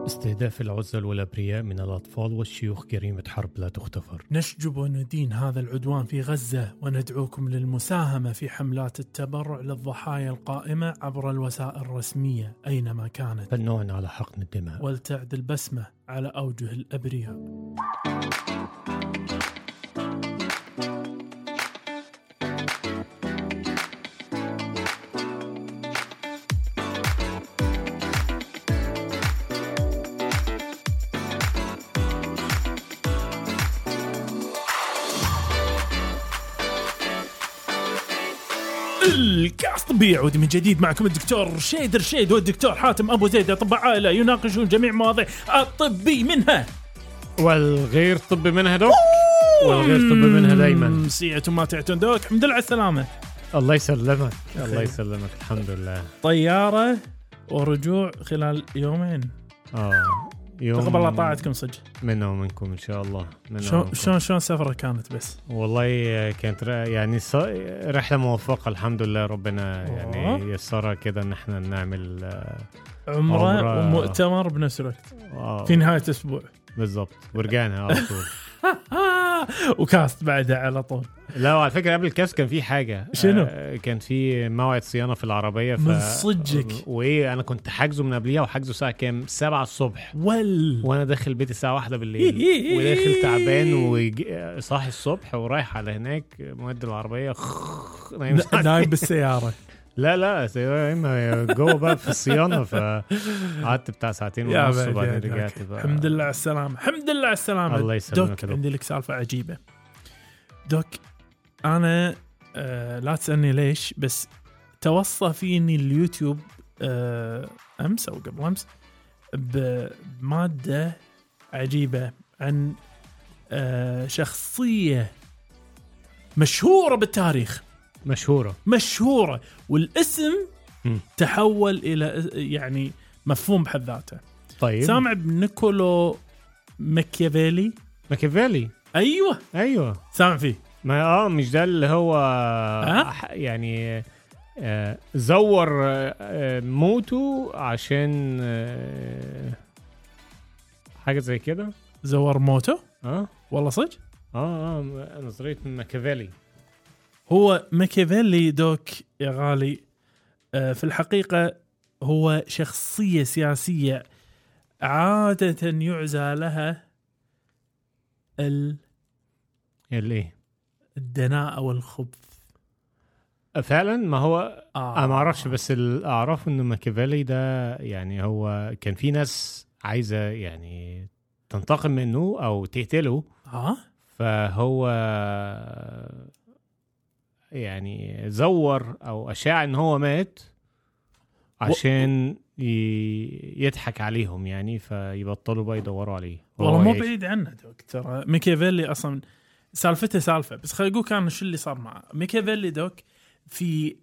استهداف العزل والأبرياء من الأطفال والشيوخ جريمة حرب لا تغتفر. نشجب وندين هذا العدوان في غزة وندعوكم للمساهمة في حملات التبرع للضحايا القائمة عبر الوسائل الرسمية أينما كانت، فالنوع على حقن الدماء ولتعد البسمة على أوجه الأبرياء. الكاس طبي يعود من جديد، معكم الدكتور شيد رشيد والدكتور حاتم أبو زيد، أطباء عائلة يناقشون جميع مواضيع الطبي منها والغير طبي منها دوك، والغير طبي منها دايما. سيئة ما تعتون دوك. الحمد لله على السلامة. الله يسلمك الله يسلمك. الحمد لله. طيارة ورجوع خلال يومين. يوم تقبل الله طاعتكم صدق منا ومنكم إن شاء الله. شلون سفرة كانت؟ بس والله كانت يعني رحلة موفقة الحمد لله. ربنا يعني يسرها كده إن احنا نعمل عمرة ومؤتمر بنفس الوقت في نهاية أسبوع بالضبط، ورجعنا على طول. وكاست بعدها على طول. لا على فكرة قبل الكاس كان في حاجة. شنو؟ كان في موعد صيانة في العربية من صدقك. وإيه أنا كنت حاجزه من قبليها، وحاجزه الساعة كام 7 الصبح وأنا داخل بيتي الساعة 1 بالليل وداخل تعبان وصاحي الصبح ورايح على هناك مودي العربية نايم بالسيارة. لا سيارة جوه بقى في الصيانة، فقعدت بتاع 2.5 ساعة وبعدين رجعت بقى. الحمد لله على السلامة. الحمد لله على السلامة. الله يسلمك دوك. عندي لك سالفة عجيبة دوك. أنا لا تسألني ليش، بس توصى فيني اليوتيوب أمس أو قبل أمس بمادة عجيبة عن شخصية مشهورة بالتاريخ. مشهورة والاسم تحول إلى يعني مفهوم بحد ذاته. طيب سامع بنيكولو ماكيافيلي؟ أيوة سامع فيه. ما مش ده اللي هو يعني زور موته عشان حاجة زي كده. زور موته؟ والله صدق؟ نظرية ماكيافيلي. هو ماكيافيلي دوك يا غالي في الحقيقة هو شخصية سياسية عادة يعزى لها الدناء والخبث. فعلا ما هو أنا ما أعرفش، بس أعرف إنه ماكيافيلي ده يعني هو كان في ناس عايزة يعني تنتقم منه أو تقتله. فهو يعني زور أو أشاع إن هو مات عشان يضحك عليهم يعني، فيبطلوا بقى يدوروا عليه. والله مو بعيد عنه دكتور. ماكيافيلي أصلا سالفته سالفة، بس خلينا نقول كان شو اللي صار معه. ماكيافيلي دوك في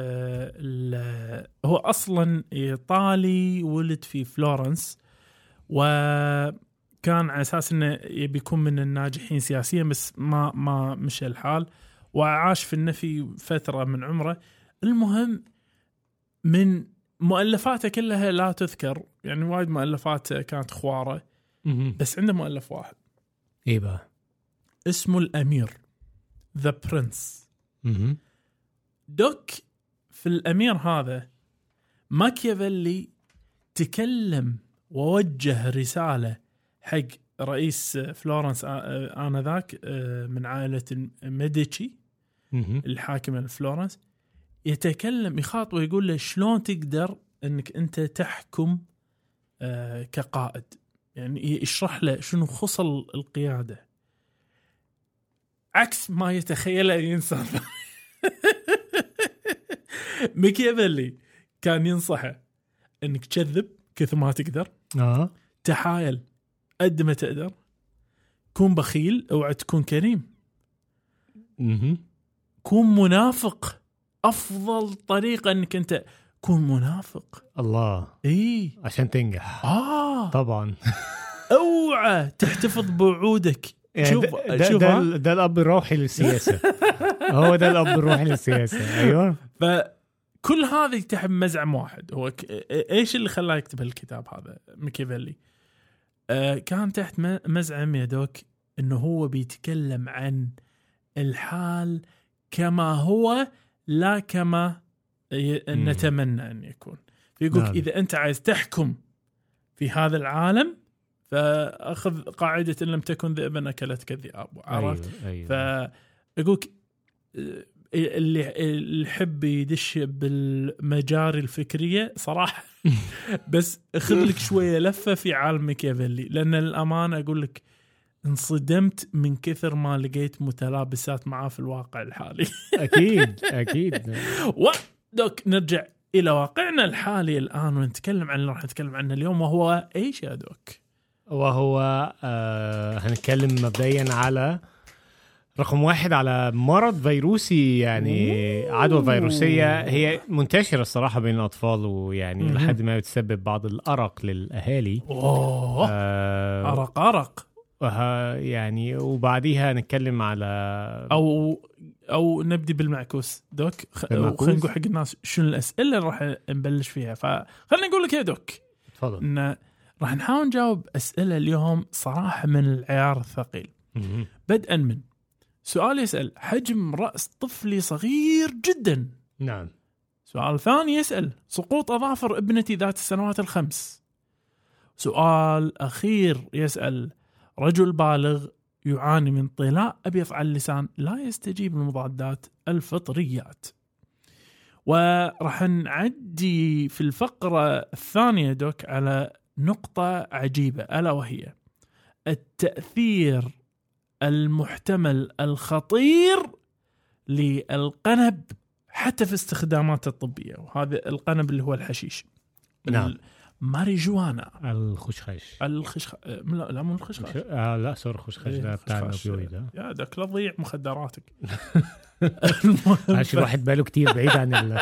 هو أصلا إيطالي، ولد في فلورنس، وكان على أساس إنه يبي يكون من الناجحين سياسيا، بس ما مشى الحال، وعاش في النفي فترة من عمره. المهم من مؤلفاته كلها لا تذكر، يعني وايد مؤلفات كانت خوارة، بس عنده مؤلف واحد. إيه بقى؟ اسمه الأمير، The Prince. دوك في الأمير هذا ماكيافيلي تكلم ووجه رسالة حق رئيس فلورنس آنذاك من عائلة ميديتشي الحاكمة فلورنس. يتكلم يخاطب ويقول له شلون تقدر انك انت تحكم كقائد، يعني يشرح له شنو خصل القيادة عكس ما يتخيله الإنسان. ماكيافيلي كان ينصحه انك تكذب كثر ما تقدر، تحايل قد ما تقدر، كون بخيل اوعى تكون كريم، كون منافق. افضل طريقة انك انت كون منافق. الله عشان تنجح. طبعا. اوعى تحتفظ بوعودك. يعني شوف ده الاب الروحي للسياسة. هو ده الاب الروحي للسياسة. ايوه. كل هذا تحت مزعم واحد. هو ايش اللي خلاه يكتب الكتاب هذا ميكافيلي؟ كان تحت مزعم يا دوك انه هو بيتكلم عن الحال كما هو لا كما نتمنى ان يكون. فيقول اذا انت عايز تحكم في هذا العالم فاخذ قاعده ان لم تكن ذئبا اكلتك الذئاب. عرفت؟ فيقولك اللي يحب يدش بالمجاري الفكريه صراحه بس اخذ لك شويه لفه في عالم ميكافيلي، لان الامانه اقول لك انصدمت من كثر ما لقيت متلابسات معاه في الواقع الحالي. اكيد. ودوك نرجع الى واقعنا الحالي الان ونتكلم عن اللي راح نتكلم عنه اليوم، وهو ايش يا دوك؟ وهو هنتكلم مبدئيا على رقم 1 على مرض فيروسي، يعني عدوى فيروسية هي منتشرة الصراحة بين الأطفال، ويعني لحد ما بتسبب بعض الأرق للأهالي. أرق يعني وبعديها نتكلم على أو نبدي بالمعكوس دوك. خلينا نقول حق الناس شنو الأسئلة اللي راح نبلش فيها. فخلينا نقول لك يا دوك تفضل. إن راح نحاول نجاوب أسئلة اليوم صراحة من العيار الثقيل. بدءا من سؤال يسأل حجم رأس طفلي صغير جدا. نعم. سؤال ثاني يسأل سقوط أظافر ابنتي ذات السنوات 5. سؤال أخير يسأل رجل بالغ يعاني من طلاء أبيض على اللسان لا يستجيب للمضادات الفطريات. وراح نعدي في الفقرة الثانية دوك على نقطة عجيبة، ألا وهي التأثير المحتمل الخطير للقنب حتى في استخدامات الطبية. وهذا القنب اللي هو الحشيش. نعم. الماريجوانا، الخشخش. لا مو الخشخش. لا سور خشخش ده بتاع الأوبيويد. يا دك لا تضيع مخدراتك. عشان الواحد باله كتير بعيد عن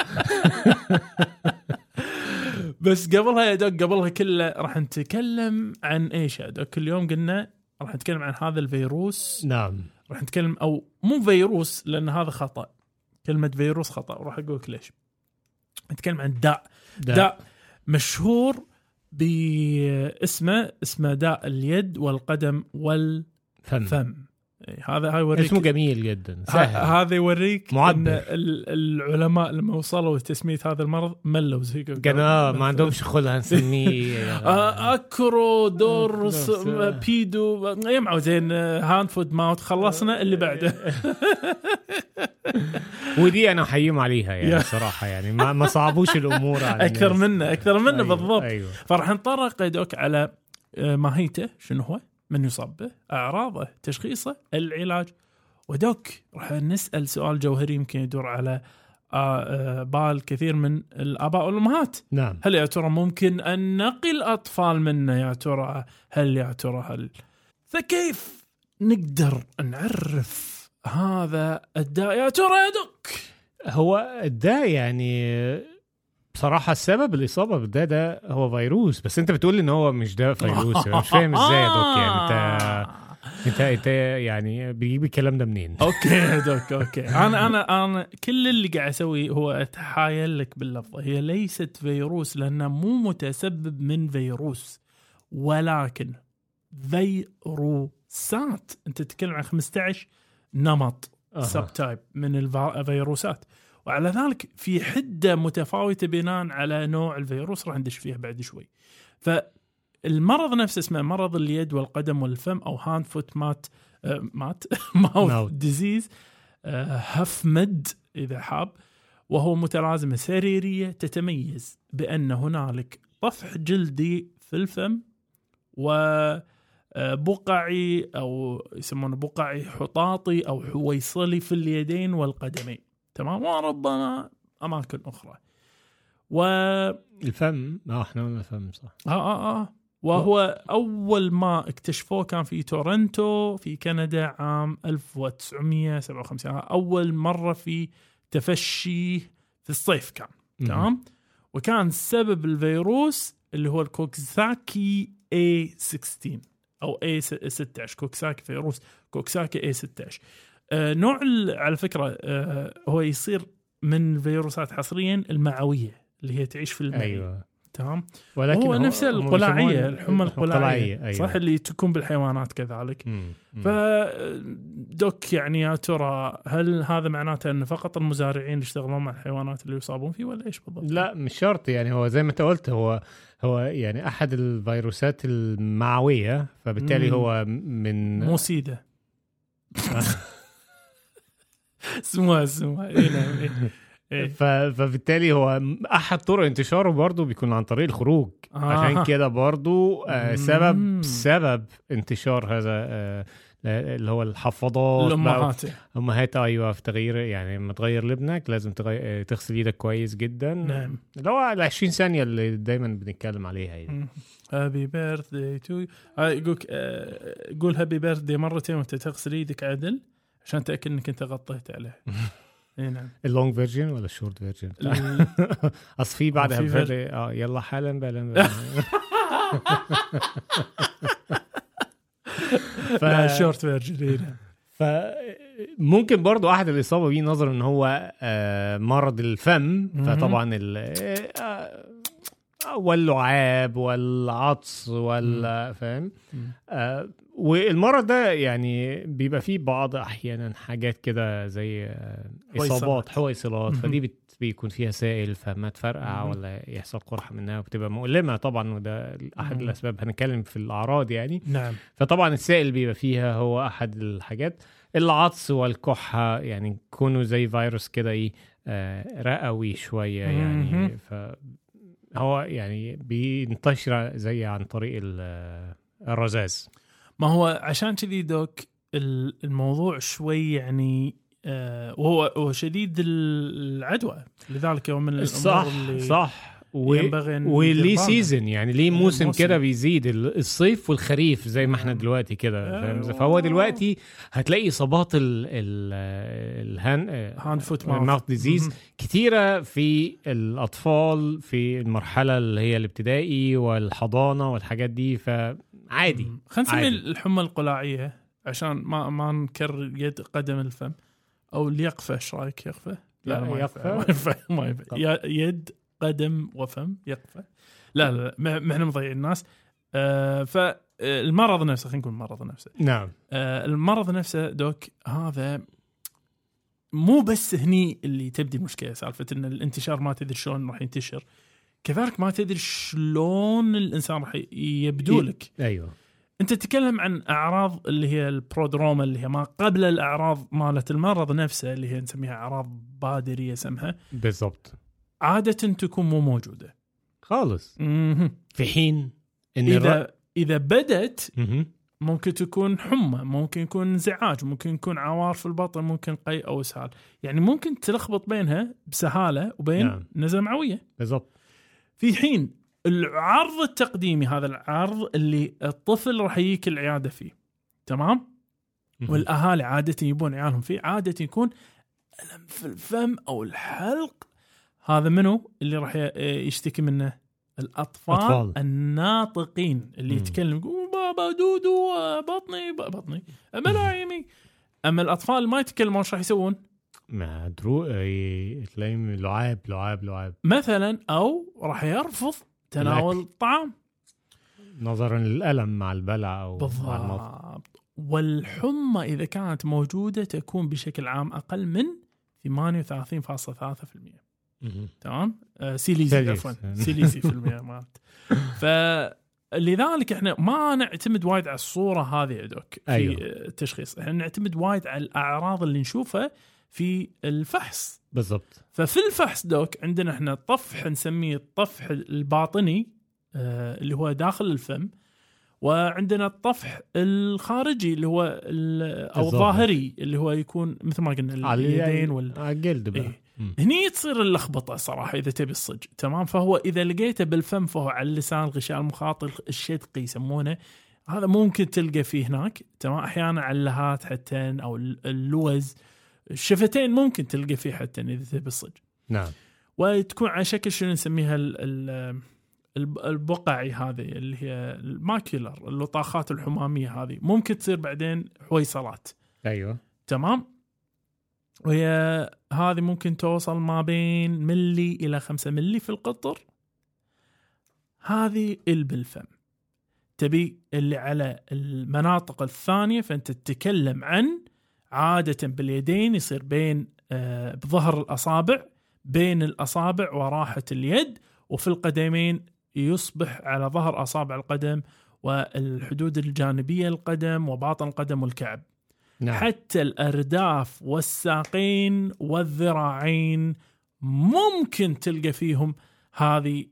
بس قبلها يا دوك، قبلها كله راح نتكلم عن ايش يا دوك؟ اليوم قلنا راح نتكلم عن هذا الفيروس. نعم. راح نتكلم او مو فيروس لان هذا خطأ، كلمة فيروس خطأ، وراح اقولك ليش. نتكلم عن داء مشهور باسمه داء اليد والقدم والفم. هذا يوريك اسمه جميل جدا، هذا يوريك ان العلماء لما وصلوا لتسمية هذا المرض ملوا زي كده ما عندهمش خلها نسميه اكرو دور بيدو يمعوا زين هاند فود ماوت. خلصنا اللي بعده. ودي انا احييهم عليها يعني صراحه، يعني ما صعبوش الامور على اكثر منه أيوة. بالضبط. أيوة. فراح نطرق دوك على ماهيته، شنو هو، من يصاب به، أعراضه، تشخيصه، العلاج. ودوك راح نسأل سؤال جوهري يمكن يدور على بال كثير من الآباء والأمهات. نعم. هل يا ترى ممكن أن نقل أطفال منه؟ يا ترى فكيف نقدر نعرف هذا الداء يا ترى يا دوك؟ هو الداء يعني بصراحة السبب الإصابة بالداء ده هو فيروس، بس أنت بتقول إن هو مش ده فيروس. مش فاهم إزاي يا دوك يعني أنت يعني بيجيب الكلام ده منين؟ أوكي يا دوك أوكي. أنا كل اللي قاعد أسويه هو أتحايل لك باللفظة. هي ليست فيروس لأنها مو متسبب من فيروس، ولكن فيروسات. أنت تتكلم عن 15 نمط سب تايب من الفيروسات، وعلى ذلك في حدة متفاوتة بناء على نوع الفيروس راح ندش فيها بعد شوي. فالمرض نفسه اسمه مرض اليد والقدم والفم أو هاند فوت ماوث ديزيز، هفمد إذا حاب. وهو متلازمة سريرية تتميز بأن هنالك طفح جلدي في الفم وبقعي أو يسمونه بقعي حطاطي أو حويصلي في اليدين والقدمين، تمام، وربما أماكن أخرى. الفم احنا قلنا الفم صح. وهو أول ما اكتشفوه كان في تورنتو في كندا عام 1957. أول مرة في تفشي في الصيف كان تمام. وكان سبب الفيروس اللي هو الكوكساكي A16 أو A16. كوكساكي فيروس كوكساكي A16. نوع على فكرة هو يصير من الفيروسات حصريا المعويه اللي هي تعيش في الماء. ايوه تمام. ولكن هو نفس القلاعيه، الحمى القلاعيه. أيوة. صح، اللي تكون بالحيوانات كذلك. فدوك يعني يا ترى هل هذا معناته ان فقط المزارعين اللي يشتغلون مع الحيوانات اللي يصابون فيه ولا ايش بالضبط؟ لا مش شرط، يعني هو زي ما انت قلت هو يعني احد الفيروسات المعويه، فبالتالي هو من موسيده اسمها إيه. فبالتالي هو احد طرق انتشاره برضو بيكون عن طريق الخروج. عشان كده برضو سبب انتشار هذا اللي هو الحفاضات الامهات. ايوه، في تغيير، يعني لما تغير لابنك لازم تغسل ايدك كويس جدا. نعم. اللي هو ال 20 ثانيه اللي دايما بنتكلم عليها يعني. هابي بيرثداي تو قول هابي بيرثداي مرتين وانت تغسل ايدك عدل عشان تاكد انك انت غطيت عليه. نعم. اللونج فيرجن ولا الشورت فيرجن؟ اصل في بعدها يلا حالا بلا الشورت فيرجن. فممكن برضو احد الاصابه بيه نظرا ان هو مرض الفم، فطبعا واللعاب والعطس فاهم. والمرض ده يعني بيبقى فيه بعض احيانا حاجات كده زي اصابات حويصلات، فدي بيكون فيها سائل فما تفرقع ولا يحصل قرحه منها وبتبقى مؤلمه طبعا، وده احد الاسباب. هنتكلم في الاعراض يعني. نعم. فطبعا السائل بيبقى فيها هو احد الحاجات. العطس والكحه يعني كونوا زي فيروس كده رئوي شويه يعني. فهو يعني بينتشر زي عن طريق الرذاذ. ما هو عشان كذي دوك الموضوع شوي يعني وهو شديد العدوى، لذلك هو من الأمور اللي صح ينبغي وليه سيزن، يعني ليه موسم كده بيزيد، الصيف والخريف زي ما احنا دلوقتي كده. فهو دلوقتي هتلاقي إصابات الهاند فوت ماوث ديزيز كتيرة في الأطفال في المرحلة اللي هي الابتدائي والحضانة والحاجات دي. فعادي. خلينا نسمي الحمى القلاعية عشان ما نكرر يد قدم الفم أو اليقفة. إيش رأيك يقفة؟ لا ما ينفع. يد قدم وفم يقفة. لا ما احنا مضيعين الناس. فالمرض نفسه، خلينا نقول المرض نفسه. نعم. المرض نفسه دوك هذا مو بس هني اللي تبدي المشكلة، سالفة إن الانتشار ما تدري شلون راح ينتشر، كذلك ما تدري شلون الإنسان راح يبدو لك. أيوة. أنت تتكلم عن أعراض اللي هي البرودروما، اللي هي ما قبل الأعراض مالت المرض نفسه، اللي هي نسميها أعراض بادرية سمها. بالضبط. عادة تكون مو موجودة خالص. في حين إن إذا بدت ممكن تكون حمى، ممكن يكون انزعاج، ممكن يكون عوار في البطن، ممكن قيء أو إسهال. يعني ممكن تلخبط بينها بسهالة وبين نزلة معوية. بالضبط. في حين العرض التقديمي، هذا العرض اللي الطفل راح يجيك العيادة فيه، تمام؟ والأهالي عادة يبون عيالهم فيه، عادة يكون ألم في الفم أو الحلق. هذا منو اللي راح يشتكي منه؟ الأطفال الناطقين اللي يتكلم يقول بابا دودو بطني ملايمي. أما الأطفال ما يتكلمون ايش راح يسوون؟ ما ادري، تلاقيهم لعاب مثلا، أو راح يرفض تناول الطعام نظرا للألم مع البلع أو مع المضغ. والحمى إذا كانت موجودة تكون بشكل عام أقل من 38.3%. تمام. سيليزي في المية مالت. فلذلك احنا ما نعتمد وايد على الصورة هذه يا دوك في التشخيص. احنا نعتمد وايد على الأعراض اللي نشوفها في الفحص. بالضبط. ففي الفحص دوك عندنا احنا طفح نسميه الطفح الباطني اللي هو داخل الفم، وعندنا الطفح الخارجي اللي هو او الظاهري اللي هو يكون مثل ما قلنا اليدين والجلد. هني تصير اللخبطة صراحة إذا تبي الصج. تمام. فهو إذا لقيته بالفم فهو على اللسان، الغشاء المخاطي الشدقي يسمونه، هذا ممكن تلقى فيه هناك. تمام. أحيانا على اللهات حتى أو اللوز، الشفتين ممكن تلقى فيه حتى إذا تبي الصج. نعم. وتكون على شكل شنو نسميها البقعي هذه اللي هي الماكيولر، اللطاخات الحمامية هذه ممكن تصير بعدين حويصلات. أيوة. تمام. وهي هذه ممكن توصل ما بين ملي إلى 5 ملي في القطر. هذه بالفم. تبي اللي على المناطق الثانية، فأنت تتكلم عن عادة باليدين يصير بين بظهر الأصابع، بين الأصابع وراحة اليد، وفي القدمين يصبح على ظهر أصابع القدم والحدود الجانبية القدم وباطن القدم والكعب. نعم. حتى الأرداف والساقين والذراعين ممكن تلقى فيهم هذه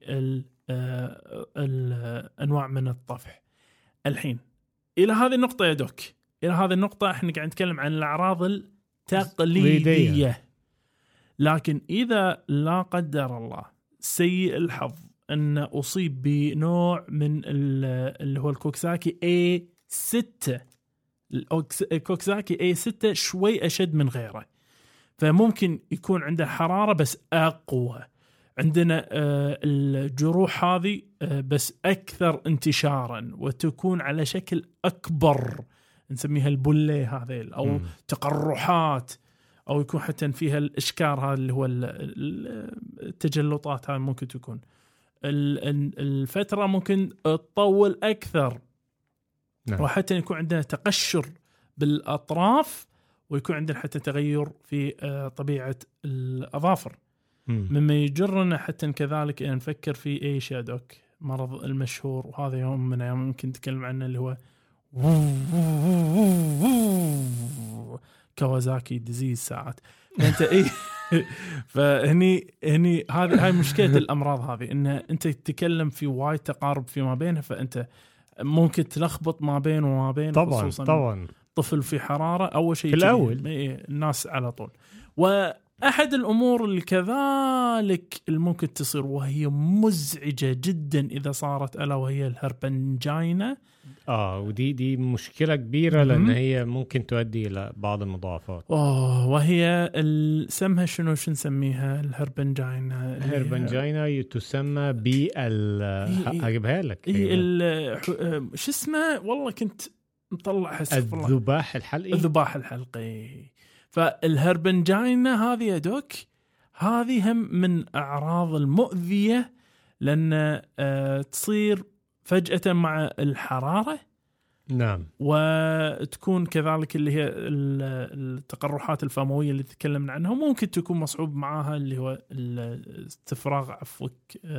الأنواع من الطفح. الحين إلى هذه النقطة يا دوك، إلى هذه النقطة احنا قاعد نتكلم عن الأعراض التقليدية. لكن إذا لا قدر الله سيء الحظ أن أصيب بنوع من اللي هو الكوكساكي A6، الكوكساكي A6 شوي أشد من غيره، فممكن يكون عنده حرارة بس أقوى. عندنا الجروح هذه بس أكثر انتشارا وتكون على شكل أكبر، نسميها البوليه هذه، أو تقرحات، أو يكون حتى فيها الإشكار هذا اللي هو التجلطات. هذه ممكن تكون الفترة ممكن تطول أكثر. نعم. وحتى يكون عندنا تقشر بالأطراف، ويكون عندنا حتى تغير في طبيعة الأظافر، مما يجرنا حتى كذلك أن نفكر في إيش يا دوك مرض المشهور، وهذا يوم من أيام ممكن نتكلم عنه، اللي هو كوازاكي ديزيز ساعات. أنت إيه فهني هاي مشكلة الأمراض هذه، إن أنت تتكلم في وايد تقارب فيما بينها، فأنت ممكن تلخبط ما بين وما بين. طبعا طفل في حرارة أول شيء في الأول الناس على طول. وأحد الأمور اللي كذلك ممكن تصير وهي مزعجة جدا إذا صارت، ألا وهي الهربنجاينا. ودي مشكلة كبيرة، لأن هي ممكن تؤدي إلى بعض المضاعفات. وهي شنو نسميها الهربنجاينا؟ الهربنجاينا تسمى هجيبها لك. شو اسمه والله كنت مطلع الذباح الحلقي. فالهربنجاينا هذه يا دوك، هذه هم من أعراض المؤذية، لأن تصير فجأة مع الحرارة. نعم. وتكون كذلك اللي هي التقرحات الفموية اللي تكلمنا عنها، ممكن تكون مصعوب معها اللي هو الاستفراغ عفوك،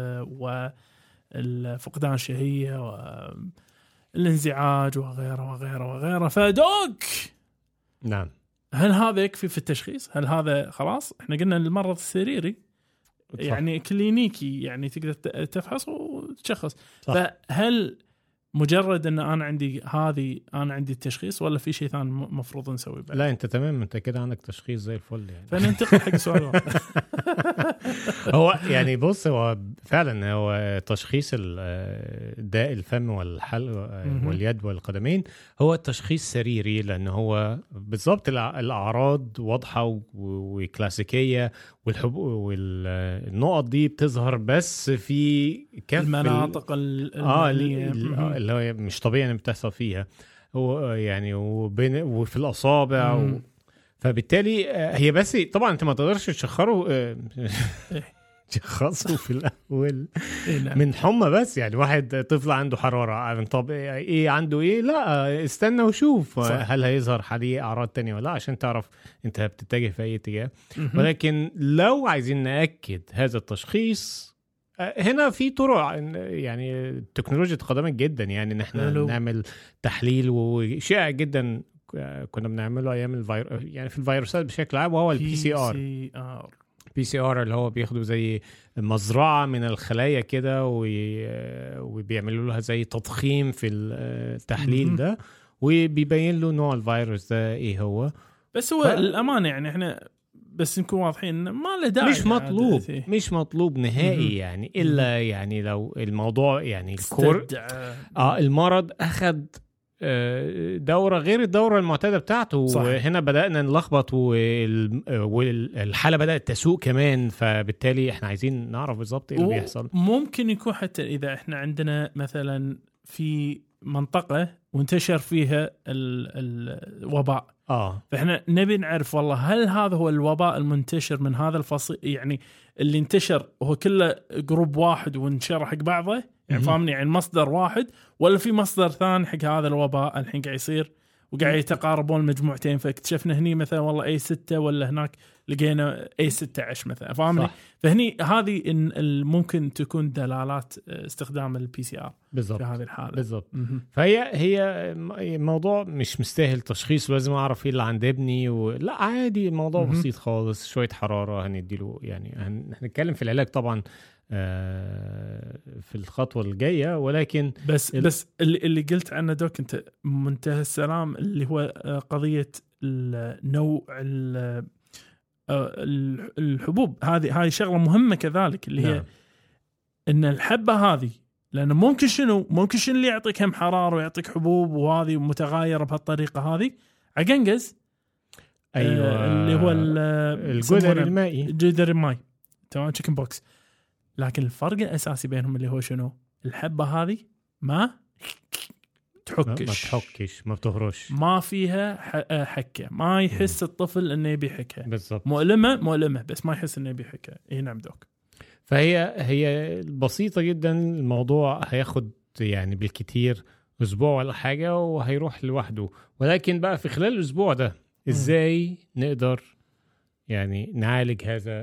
والفقدان شهية والانزعاج وغيره وغيره وغيره. فدوك، نعم، هل هذا يكفي في التشخيص؟ هل هذا خلاص؟ احنا قلنا المرض السريري يعني كلينيكي، يعني تقدر تفحص وتشخص. فهل مجرد ان انا عندي التشخيص، ولا في شيء ثاني مفروض نسوي بعد؟ لا، انت تمام، انت كده عندك تشخيص زي الفل يعني. فننتقل حق سؤال. هو يعني بص، هو فعلا هو تشخيص داء الفم والحلق واليد والقدمين هو تشخيص سريري، لان هو بالضبط الاعراض واضحه وكلاسيكيه، والنقط دي بتظهر بس في كف المناطق اللي هو مش طبيعي ان بتحصل فيها، يعني وفي الاصابع فبالتالي هي بس طبعا انت ما تقدرش تشخصوا في الاول من حمى بس، يعني واحد طفل عنده حراره، طب ايه عنده ايه؟ لا، استنى وشوف هل هيظهر حاليا اعراض تانية ولا لا، عشان تعرف انت بتتجه في اي اتجاه. ولكن لو عايزين ناكد هذا التشخيص، هنا في طرق، يعني التكنولوجيا تقدمت جدا، يعني ان احنا نعمل تحليل وشائع جدا كنا بنعمله ايام يعني في الفيروسات بشكل عام، وهو البي سي ار اللي هو بياخدوا زي مزرعة من الخلايا كده وبيعملوا لها زي تضخيم في التحليل ده، وبيبين له نوع الفيروس ده ايه هو. بس هو الأمانة يعني احنا بس نكون واضحين ما له داعي، مش مطلوب نهائي يعني، إلا يعني لو الموضوع يعني المرض أخذ دورة غير الدورة المعتادة بتاعته، صح. وهنا بدأنا نلخبط والحالة بدأت تسوء كمان، فبالتالي احنا عايزين نعرف بالضبط ايه اللي بيحصل. ممكن يكون حتى إذا احنا عندنا مثلا في منطقة وانتشر فيها الوباء، فإحنا نبي نعرف والله هل هذا هو الوباء المنتشر من هذا الفصيل، يعني اللي انتشر هو كله جروب واحد وانشر حق بعضه، يعني فاهمني، يعني مصدر واحد، ولا في مصدر ثاني حق هذا الوباء الحين قاعد يصير وقاعد يتقاربون المجموعتين، فاكتشفنا هني مثلا والله A6 ولا هناك لقينا A16 مثلا، فاهمني؟ فهني هذه ممكن تكون دلالات استخدام البي سي ار في هذه الحالة بالضبط. فهي موضوع مش مستاهل تشخيص ولازم اعرف ايه اللي عند ابني لا عادي، الموضوع بسيط خالص، شوية حرارة هنديله، يعني هنتكلم في العلاج طبعا في الخطوة الجاية، ولكن بس اللي قلت عنه دوك انت منتهى السلام، اللي هو قضية النوع الحبوب، هذه شغلة مهمة كذلك، اللي هي ان الحبة هذه، لأنه ممكن شنو اللي يعطيك هم حرارة ويعطيك حبوب وهذه متغيرة بهالطريقة هذه عجنجز. أيوة اللي هو الجدر المائي، جدر الماء، تمام، تشيكن بوكس. لكن الفرق الأساسي بينهم اللي هو شنو؟ الحبة هذه ما تحكش، ما بتهرش، ما فيها حكة، ما يحس الطفل إنه يبي حكة. بالضبط. مؤلمة بس ما يحس إنه يبي حكة. إيه نعم دوك. فهي بسيطة جدا، الموضوع هياخد يعني بالكتير أسبوع ولا حاجة وهيروح لوحده، ولكن بقى في خلال الأسبوع ده إزاي نقدر يعني نعالج هذا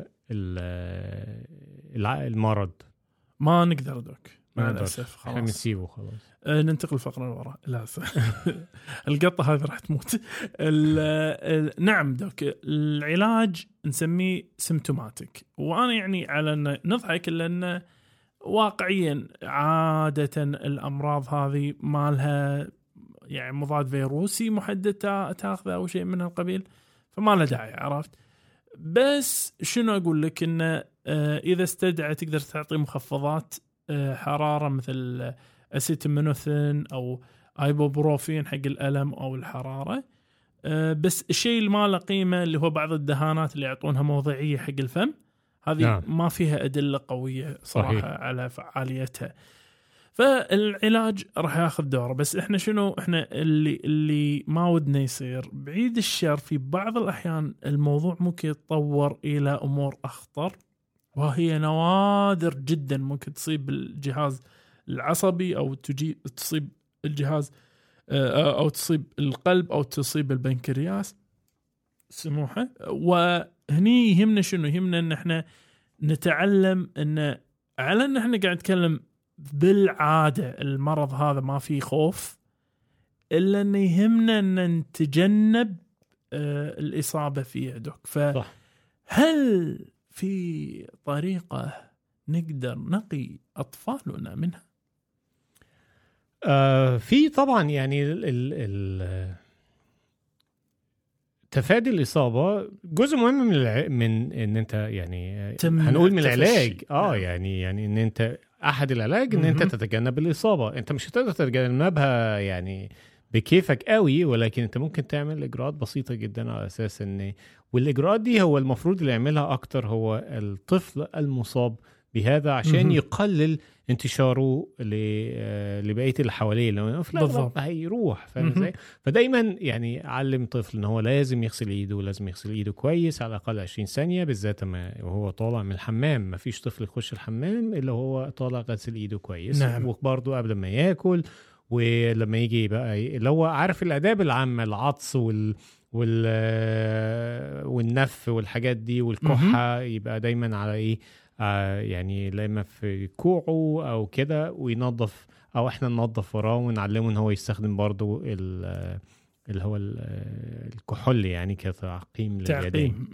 المرض؟ ما نقدر دوك، مع الأسف. خلاص نسيبه خلاص. ننتقل الفقرة لورا. لا القطة هذه راح تموت. نعم دوك، العلاج نسميه سيمتوماتيك، وأنا يعني على أن نضحك لأن واقعيا عادة الأمراض هذه ما لها يعني مضاد فيروسي محدد تاخذه أو شيء من القبيل، فما له داعي، عرفت؟ بس شنو أقول لك، إنه إذا استدعى تقدر تعطي مخفضات حرارة مثل أسيتامينوفين أو ايبوبروفين حق الألم أو الحرارة. بس الشيء اللي ما له قيمة اللي هو بعض الدهانات اللي يعطونها موضعية حق الفم، هذه ما فيها أدلة قوية صراحة على فعاليتها، فالعلاج راح ياخذ دوره. بس احنا شنو، احنا اللي ما ودنا يصير بعيد الشر، في بعض الأحيان الموضوع ممكن يتطور إلى أمور أخطر، وهي نوادر جدا ممكن تصيب الجهاز العصبي أو تصيب الجهاز أو تصيب القلب أو تصيب البنكرياس سموحة. وهني يهمنا شنو، يهمنا ان احنا نتعلم ان على ان احنا قاعد نتكلم بالعادة المرض هذا ما فيه خوف، إلا أن يهمنا أن نتجنب الإصابة فيه دوك. فهل في طريقة نقدر نقي أطفالنا منها؟ في طبعا، يعني تفادي الإصابة جزء مهم من ان انت يعني هنقول من العلاج. يعني ان انت احد العلاج ان انت تتجنب الإصابة. انت مش هتقدر تتجنبها يعني بكيفك قوي، ولكن انت ممكن تعمل اجراءات بسيطة جدا على اساس ان، والاجراءات دي هو المفروض اللي يعملها اكتر هو الطفل المصاب بهذا، عشان يقلل انتشاره لبقيه اللي حواليه، لانه في الأغلب هيروح. فاهم ازاي؟ فدايما يعني علم طفل ان هو لازم يغسل ايده، ولازم يغسل ايده كويس على الاقل 20 ثانيه، بالذات وهو طالع من الحمام. ما فيش طفل يخش الحمام الا هو طالع غسل ايده كويس. نعم. وبرضه قبل ما ياكل، ولما يجي بقى اللي هو عارف الاداب العامه، العطس والنف والحاجات دي والكحه، يبقى دايما على ايه، يعني لما في كوعه او كده، وينظف او احنا ننظف وراه ونعلمه ان هو يستخدم برضو اللي هو الكحول يعني كتعقيم لليدين.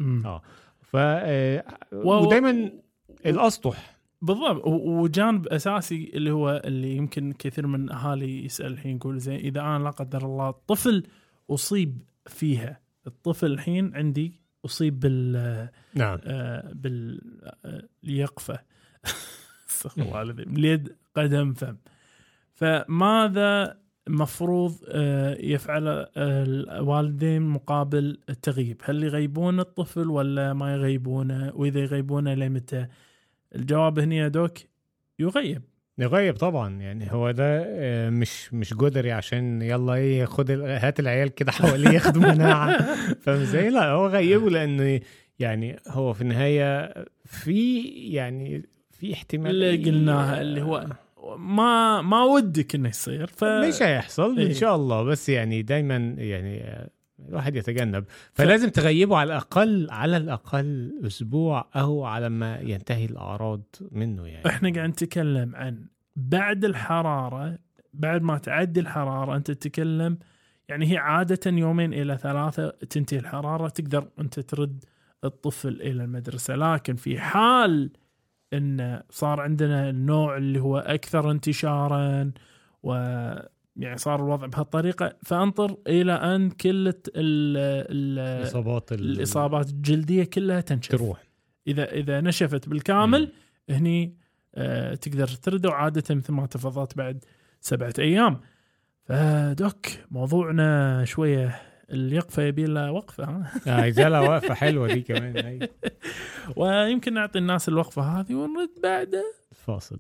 ودايما الاسطح بالضبط. وجانب اساسي اللي هو اللي يمكن كثير من اهالي يسال الحين، يقول زين اذا انا لا قدر الله طفل اصيب فيها، الطفل الحين عندي أصيب باليقفة استغفر الله العظيم، اليد قدم فم، فماذا مفروض يفعل الوالدين مقابل التغييب؟ هل يغيبون الطفل ولا ما يغيبونه؟ وإذا يغيبونه لمتى؟ الجواب هنا يا دوك يغيب. يغيب طبعا، يعني هو ده مش جدري عشان يلا ايه خد هات العيال كده حواليه ياخدوا مناعه فاهم ازاي؟ لا هو غيبه لانه يعني هو في النهايه في احتمال اللي قلناها اللي هو ما ودك انه يصير مش هيحصل ان شاء الله، بس يعني دايما يعني الواحد يتجنب، فلازم تغيبه على الاقل اسبوع او على ما ينتهي الاعراض منه. يعني احنا قاعد نتكلم عن بعد الحراره، بعد ما تعدي الحراره انت تتكلم يعني هي عاده 2 إلى 3 تنتهي الحراره، تقدر انت ترد الطفل الى المدرسه. لكن في حال ان صار عندنا النوع اللي هو اكثر انتشارا يعني صار الوضع بهالطريقه، فانطر الى ان كل الاصابات الجلديه كلها تروح. اذا نشفت بالكامل هني تقدر ترد، وعاده مثل ما تفضلت بعد 7 أيام. فدوك موضوعنا شويه اليقفه يبي لها وقفه، ها وقفه حلوه دي كمان ويمكن نعطي الناس الوقفه هذه ونرد بعد الفاصل.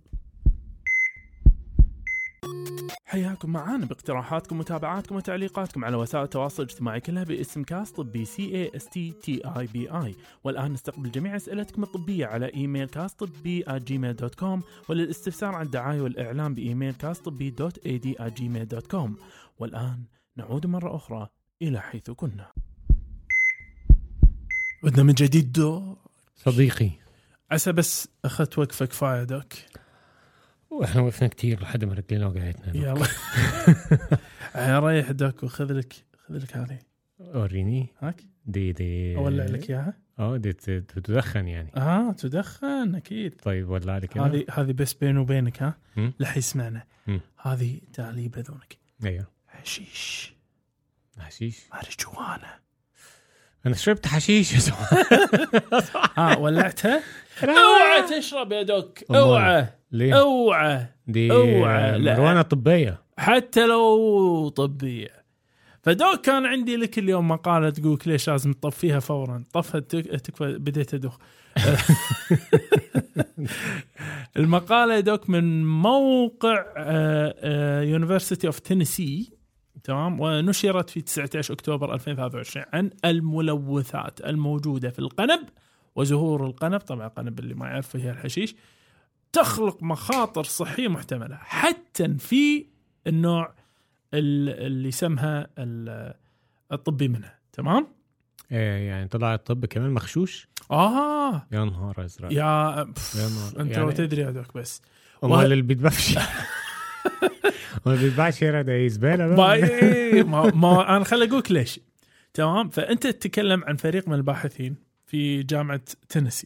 حياكم معانا باقتراحاتكم ومتابعاتكم وتعليقاتكم على وسائل التواصل الاجتماعي كلها باسم كاست طبي CASTTIBI. والآن نستقبل جميع أسئلتكم الطبية على إيميل castطبي@gmail.com، وللاستفسار عن الدعاية والإعلام بإيميل castطبي.ad@gmail.com. والآن نعود مرة أخرى إلى حيث كنا. بدنا من جديد دو صديقي، عسى بس أخذت وقفة كفاية دوك، واحنا وقفنا كتير لحد ما رجلنا وجعتنا. يلا ريح دوك وخذ لك هذه. وريني هاك دي اولع لك اياها. دي تدخن يعني. تدخن اكيد. طيب ولع لك هذه بس بيني وبينك لح يسمعنا. هذه تالي بذونك. ايوه حشيش ماريجوانا. انا شربت حشيش يا زلمه. ولعتها. اوعى تشرب يا دوك، اوعى. ليه؟ اوعى دي مروانة طبية حتى لو طبية. فدوك كان عندي لك اليوم مقالة تقولك ليش لازم تطفيها فورا. طفت تكفى بديت أدوخ. المقالة دوك من موقع University of Tennessee، تمام، ونشرت في 19 أكتوبر 2023 عن الملوثات الموجودة في القنب وزهور القنب. طبعا القنب اللي ما يعرفه هي الحشيش، تخلق مخاطر صحية محتملة حتى في النوع اللي يسمها الطبي منها. تمام. يعني طلع الطب كمان مخشوش. يا نهار ازرق يا انت لو تدري هذاك بس اللي بيتبفش ما بيتباعش ده زبالة ما انا خلي اقولك ليش. تمام. فانت تتكلم عن فريق من الباحثين في جامعة تينيسي،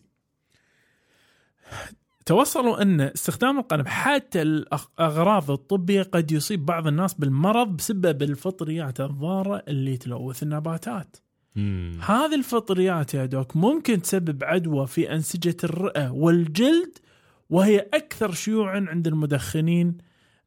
توصلوا أن استخدام القنب حتى الأغراض الطبية قد يصيب بعض الناس بالمرض بسبب الفطريات الضارة اللي تلوث النباتات. هذه الفطريات يا دوك ممكن تسبب عدوى في أنسجة الرئة والجلد، وهي أكثر شيوعا عند المدخنين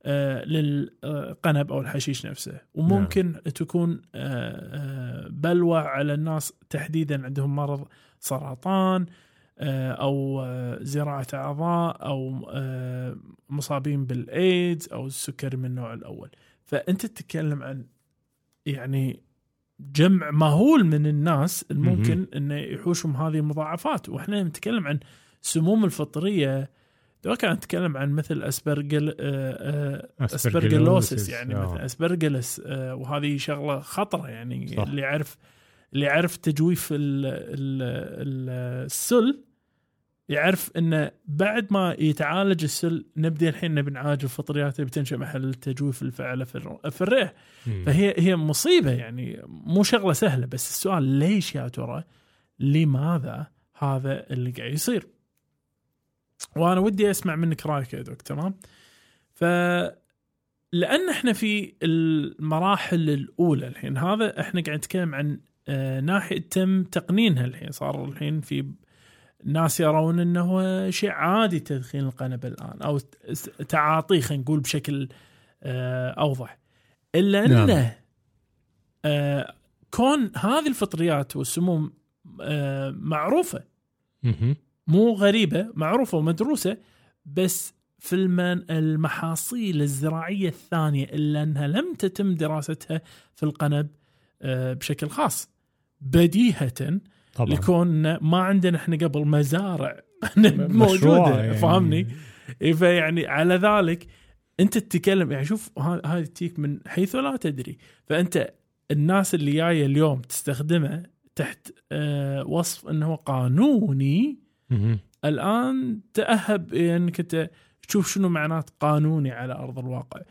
للقنب أو الحشيش نفسه، وممكن تكون بلوى على الناس تحديدا عندهم مرض سرطان أو زراعة أعضاء أو مصابين بالإيدز أو السكري من النوع الأول. فأنت تتكلم عن يعني جمع مهول من الناس الممكن أن يحوشهم هذه المضاعفات. وإحنا نتكلم عن سموم الفطرية، دو كان نتكلم عن مثل أسبرجلوسيس، يعني مثل أسبرجلس، وهذه شغلة خطرة يعني. صح. اللي يعرف تجويف السل يعرف إنه بعد ما يتعالج السل نبدأ الحين نعالج الفطريات اللي بتنشأ محل التجويف الفعالة في الرئة. فهي مصيبة يعني، مو شغلة سهلة. بس السؤال ليش يا ترى، لماذا هذا اللي قاعد يصير؟ وأنا ودي أسمع منك رأيك يا دكتور. تمام. لأن إحنا في المراحل الأولى الحين، هذا إحنا قاعد نتكلم عن ناحية تم تقنينها الحين. صار الحين في ناس يرون أنه شيء عادي تدخين القنب الآن، أو تعاطيه خلينا نقول بشكل أوضح. إلا أنه كون هذه الفطريات والسموم معروفة، مو غريبة، معروفة ومدروسة، بس في المحاصيل الزراعية الثانية إلا أنها لم تتم دراستها في القنب بشكل خاص بديهة طبعا لكون ما عندنا احنا قبل مزارع قنب موجودة يعني. فاهمني؟ فيعني على ذلك أنت تتكلم يعني شوف هذه تيك من حيث لا تدري. فأنت الناس اللي جاية اليوم تستخدمه تحت وصف أنه قانوني الآن تأهب أنك أنت تشوف شنو معنات قانوني على أرض الواقع.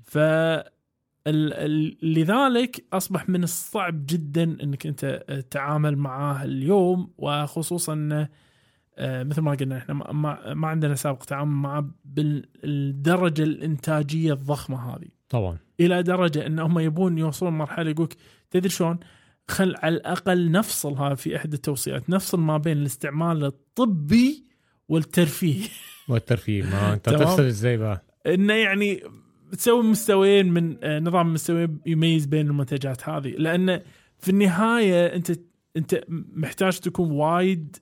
لذلك أصبح من الصعب جدا أنك أنت تتعامل معاه اليوم، وخصوصا مثل ما قلنا إحنا ما عندنا سابق تعامل معه بالدرجة الإنتاجية الضخمة هذه طبعا، إلى درجة أنهم يبون يوصلون مرحلة يقولك تدري شلون خل على الأقل نفصل هذا في أحد التوصيات، نفصل ما بين الاستعمال الطبي والترفيه. ما أنت تفصل إزاي بقى؟ إنه يعني تسوي مستويين من نظام مستوي يميز بين المنتجات هذه، لأن في النهاية أنت محتاج تكون وايد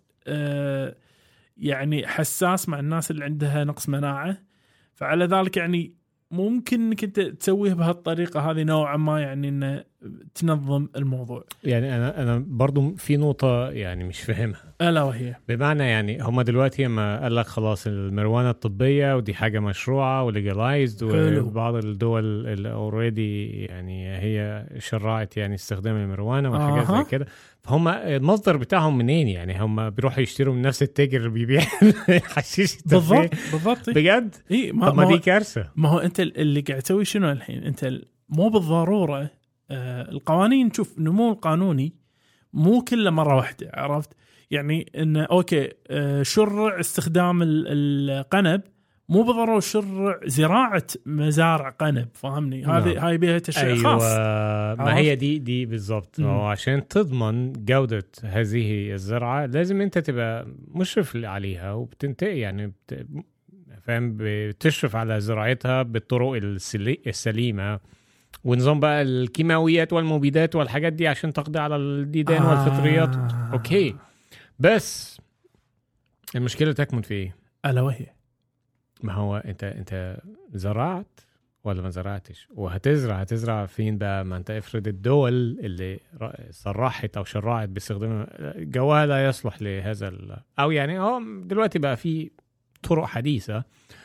يعني حساس مع الناس اللي عندها نقص مناعة. فعلى ذلك يعني ممكن انك انت تسويه بهالطريقه هذه نوعا ما، يعني انه تنظم الموضوع. يعني انا برضو في نقطه يعني مش فاهمها، الا وهي بمعنى يعني هم دلوقتي ما قال لك خلاص المروانه الطبيه ودي حاجه مشروعه وليجلايزد، وبعض الدول اللي اوريدي يعني هي شرعت يعني استخدام المروانه وحاجات زي كده. فهم المصدر بتاعهم منين؟ يعني هم بيروحوا يشتروا من نفس التاجر اللي بيبيع حشيش بالضبط بجد. إيه ما دي كارثه. ما هو انت اللي قاعد تسوي شنو الحين؟ انت مو بالضروره القوانين، شوف نمو القانوني مو كله مره واحده، عرفت يعني ان اوكي شرع استخدام القنب مو بالضروره شرع زراعه مزارع قنب، فاهمني؟ هاي بيها تشريع خاص. ما هي دي بالضبط. وعشان تضمن جوده هذه الزراعه لازم انت تبقى مشرف عليها وبتنتقي يعني فاهم، بتشرف على زراعتها بالطرق السليمه، ونظام بقى الكيماويات والمبيدات والحاجات دي عشان تقضي على الديدان والفطريات. اوكي، بس المشكله تكمن في ايه؟ الا وهي ما هو انت زرعت ولا ما زرعتش؟ هتزرع فين بقى؟ ما انت افرض الدول اللي صرحت او شرعت باستخدام جوها لا يصلح لهذا او يعني دلوقتي بقى في طرق حديثة،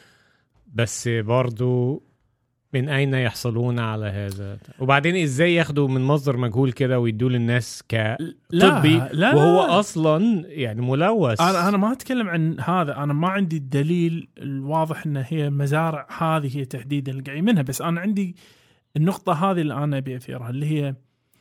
بس برضو من أين يحصلون على هذا؟ وبعدين إزاي ياخدوا من مصدر مجهول كده ويدوا للناس كطبي وهو أصلا يعني ملوث؟ أنا ما أتكلم عن هذا، أنا ما عندي الدليل الواضح إن هي مزارع هذه هي تحديدا اللي قاعد منها، بس أنا عندي النقطة هذه اللي أنا أبي أثيرها، اللي هي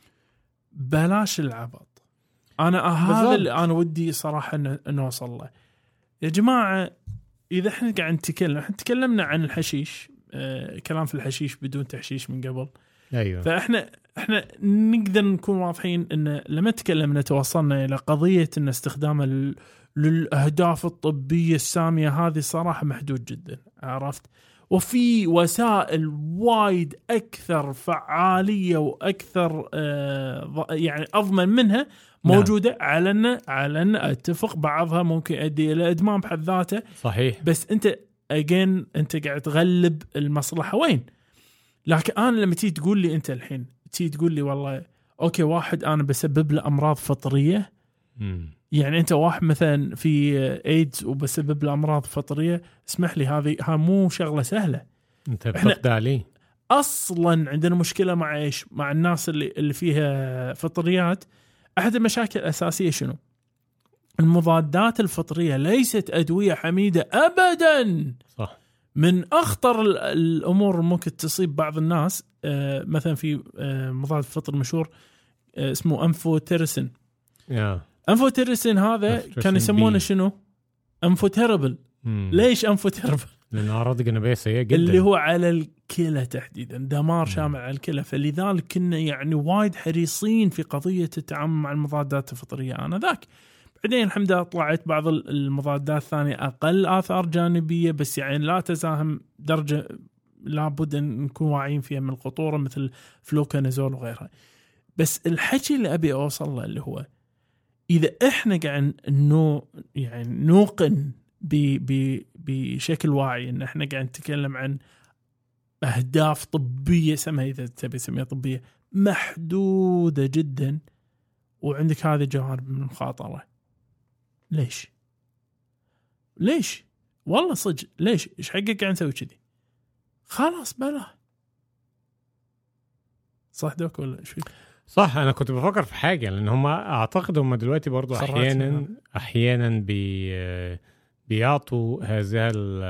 بلاش العبط. هذا اللي أنا ودي صراحة إن نوصل له يا جماعة. إذا إحنا قاعد تكلمنا عن الحشيش، كلام في الحشيش بدون تحشيش من قبل. أيوة. فإحنا نقدر نكون واضحين إن لما تكلمنا توصلنا إلى قضية إن استخدام للأهداف الطبية السامية هذه صراحة محدود جدا، عرفت؟ وفي وسائل وايد أكثر فعالية وأكثر يعني أضمن منها موجودة. على أن أتفق بعضها ممكن يؤدي إلى إدمان بحد ذاته، صحيح، بس أنت قاعد تغلب المصلحة وين؟ لكن أنا لما تيجي تقول لي أنت الحين تقول لي والله أوكي واحد أنا بسبب له أمراض فطرية، يعني أنت واحد مثلا في إيدز وبسبب له أمراض فطرية، اسمح لي هذه مو شغلة سهلة. أنت بتقضي عليه. أصلا عندنا مشكلة مع الناس اللي فيها فطريات. أحد المشاكل الأساسية شنو؟ المضادات الفطرية ليست أدوية حميدة أبدا. صح. من أخطر الأمور ممكن تصيب بعض الناس مثلا في مضاد فطر مشهور اسمه أنفوتيرسين. أنفوتيرسين هذا كان يسمونه شنو؟ أنفوتيربل. ليش أنفوتيربل؟ لأن أعراض جانبية سيئة جدا، اللي هو على الكلى تحديدا، دمار شامل على الكلى. فلذلك كنا يعني وايد حريصين في قضية التعامل مع المضادات الفطرية آنذاك. بعدين الحمد لله طلعت بعض المضادات الثانية أقل آثار جانبية، بس يعني لا تزاهم درجة لابد أن نكون واعيين فيها من الخطورة، مثل فلوكونازول وغيرها. بس الحكي اللي أبي أوصل له اللي هو إذا إحنا قاعد يعني نوقن بشكل واعي ان احنا قاعد نتكلم عن اهداف طبيه، سمها اذا تبي تسميها طبيه، محدوده جدا، وعندك هذه جوانب من المخاطره. ليش والله صدق ليش؟ ايش حقك قاعد نسوي كذي؟ خلاص بلا. صح دوك ولا ايش؟ صح. انا كنت بفكر في حاجه، لان هم اعتقد هم دلوقتي برضو احيانا بيعطوا هذا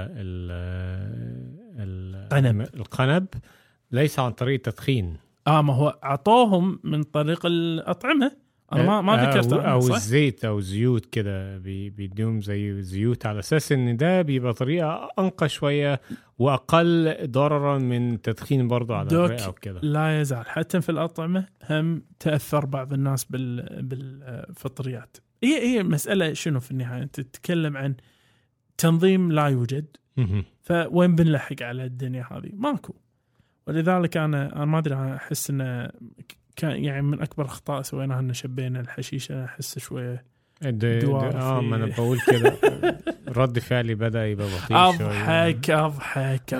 القنب ليس عن طريق التدخين. ما هو عطوهم من طريق الأطعمة. أنا ما ذكرت أو الزيت أو زيوت كده، بيديهم زي زيوت على أساس إن ده بيبقى طريقة أنقى شوية وأقل ضررا من تدخين برضو على الرئة أو كده. لا يزال حتى في الأطعمة هم تأثر بعض الناس بالفطريات. هي مسألة شنو في النهاية؟ أنت تتكلم عن تنظيم لا يوجد، فوين بنلحق على الدنيا هذه؟ ماكو. ولذلك أنا ما أدري، أحس إنه كان يعني من أكبر أخطاء سويناها إن شبينا الحشيش. أنا أحس شوية ما أنا بقول كده. رد فعلي بدأ يبقى بطيء شوية. أضحك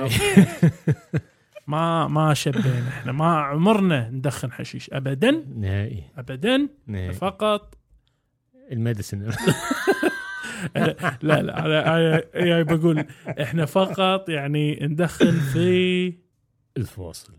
ما شبينا إحنا، ما عمرنا ندخن حشيش أبدا نهائي أبدا. فقط الميديسن. لا أنا بقول إحنا فقط يعني ندخن في الفواصل.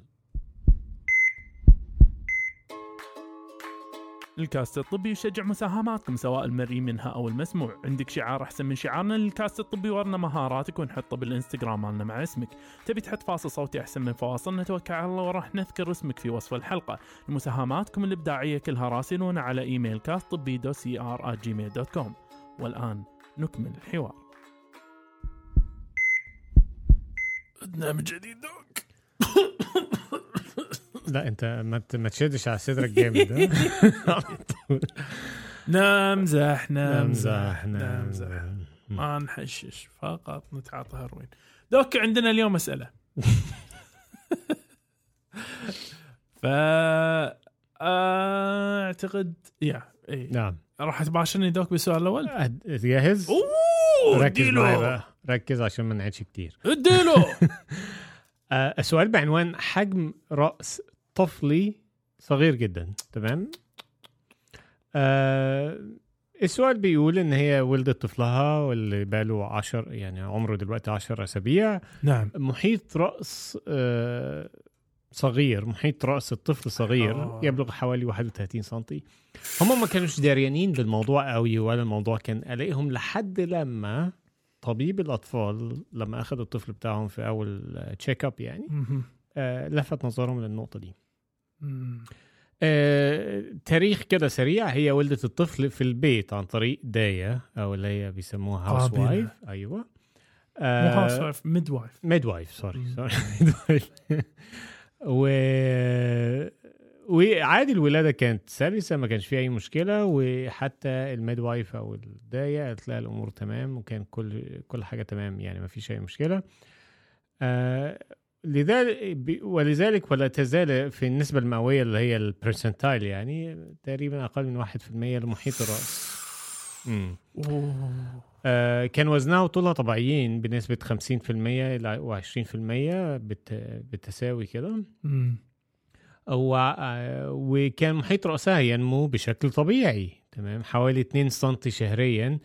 الكاست الطبي يشجع مساهماتكم سواء المرئي منها أو المسموع. عندك شعار أحسن من شعارنا للكاست الطبي؟ ورنا مهاراتك ونحطه بالإنستغرام مالنا مع اسمك. تبي تحط فاصل صوتي أحسن من فواصل؟ نتوكل على الله وراح نذكر اسمك في وصف الحلقة. مساهماتكم الإبداعية كلها راسلونا على إيميل castطبي.cr@gmail.com. والآن نكمل الحوار. برنامج جديد دوك. لا انت ما تشدش على صدرك جامد. نمزح ما ما نحشش، فقط نتعاطى هيروين. دوك عندنا اليوم مسألة. اعتقد نعم راح تباشرني دوك بالسؤال الأول. جاهز؟ ركز معي بقى، ركز عشان ما نعيدش كتير. اديله. السؤال بعنوان حجم رأس طفلي صغير جدا. تمام. السؤال بيقول ان هي ولدت طفلها واللي باله 10 يعني عمره دلوقتي 10 أسابيع. نعم. محيط رأس صغير، محيط رأس الطفل صغير يبلغ حوالي 31 سنتي. هم ما كانوش داريانين بالموضوع قوي، ولا الموضوع كان قلقهم لحد لما طبيب الأطفال لما أخذ الطفل بتاعهم في أول تشيك اب يعني لفت نظرهم للنقطة دي. تاريخ كده سريع. هي ولدت الطفل في البيت عن طريق داية أو اللي هي بيسموها هاوس وايف. أيوة هاوس وايف، ميد وايف سوري وعادي الولادة كانت سلسة، ما كانش فيها أي مشكلة. وحتى الميد وايف أو الداية قالت لها الأمور تمام، وكان كل حاجة تمام يعني ما فيش أي مشكلة. ولذلك ولا تزال في النسبة المئوية اللي هي البرسنتايل يعني تقريبا أقل من 1% لمحيط الرأس. كان وزنها وطولها طبيعيين بنسبة 50% إلى 20% بالتساوي كده. وكان محيط رأسها ينمو بشكل طبيعي. تمام. حوالي 2 سنتي شهريا.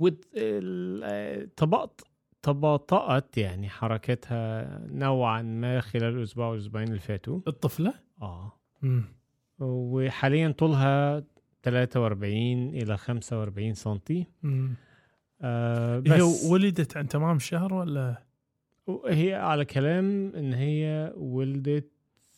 تباطأت يعني حركتها نوعا ما خلال الأسبوع والأسبوعين اللي فاتوا. الطفلة؟ وحاليا طولها 43 إلى 45 سنتي. بس هي ولدت عن تمام الشهر ولا؟ هي على كلام إن هي ولدت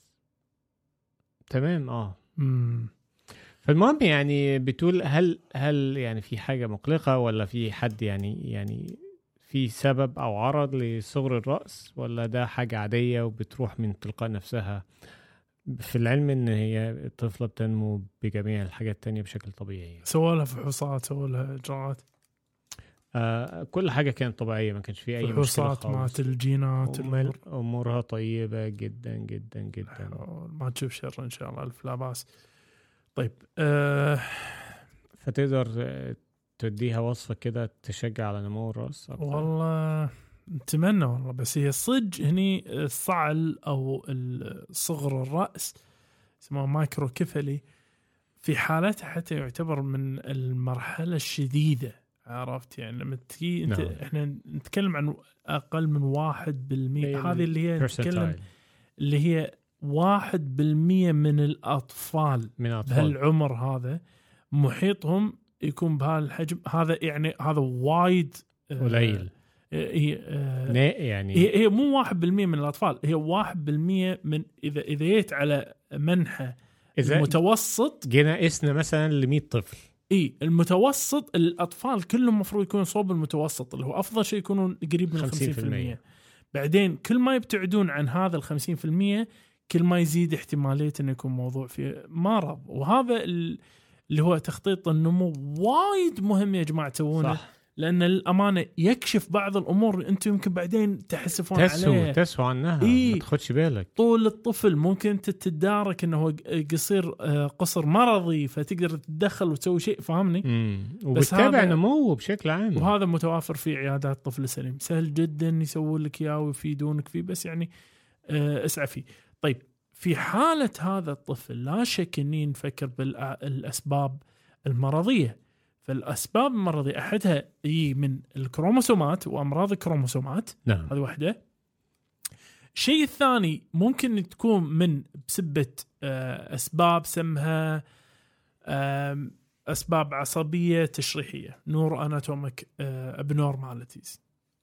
تمام. فالمهم يعني بتقول هل يعني في حاجة مقلقة ولا في حد يعني في سبب أو عرض لصغر الرأس، ولا ده حاجة عادية وبتروح من تلقاء نفسها؟ في العلم إن هي الطفلة بتنمو بجميع الحاجات التانية بشكل طبيعي. سوالها فحوصات، سوالها إجراءات، كل حاجة كانت طبيعية، ما كانش فيه أي مشكلة خالص. فحوصات مات الجينات، أمورها طيبة جدا جدا جدا. ما تشوف شر إن شاء الله، ألف لا بأس. طيب فتقدر تديها وصفة كده تشجع على نمو الرأس أكتر. والله نتمنى والله، بس هي صج هني الصعل أو صغر الرأس اسمه مايكرو كفلي، في حالته حتى يعتبر من المرحلة الشديدة، عرفت يعني لما تجي انت احنا نتكلم عن اقل من 1%، هذه اللي هي نتكلم اللي هي 1% من الأطفال بهالعمر هذا محيطهم يكون بهالحجم هذا، يعني هذا وايد قليل. يعني هي مو 1% من الأطفال، هي 1% من إذا جيت على منحى المتوسط، جينا قسنا مثلا ل100 طفل، المتوسط الأطفال كلهم مفروض يكونوا صوب المتوسط اللي هو أفضل شيء يكونوا قريب من 50%. بعدين كل ما يبتعدون عن هذا 50% كل ما يزيد احتمالية أن يكون موضوع في مرض. وهذا اللي هو تخطيط النمو وايد مهم يا جماعة تسوونه، لأن الأمانة يكشف بعض الأمور أنتم يمكن بعدين تحسفون عليها تسوى عنها ما تاخدش بالك. طول الطفل ممكن تتدارك أنه قصير قصر مرضي فتقدر تتدخل وتسوي شيء، فاهمني؟ وبتتابع نموه بشكل عام، وهذا متوافر في عيادات الطفل السليم، سهل جدا يسوون لك إياه ويفيدونك فيه، بس يعني اسعى فيه. طيب في حالة هذا الطفل لا شك أني نفكر بالأسباب المرضية. فالأسباب المرضية أحدها من الكروموسومات وأمراض الكروموسومات، نعم. هذه واحدة. الشيء الثاني ممكن تكون من بسبة أسباب سمها أسباب عصبية تشريحية نور أناتوميك abnormalities.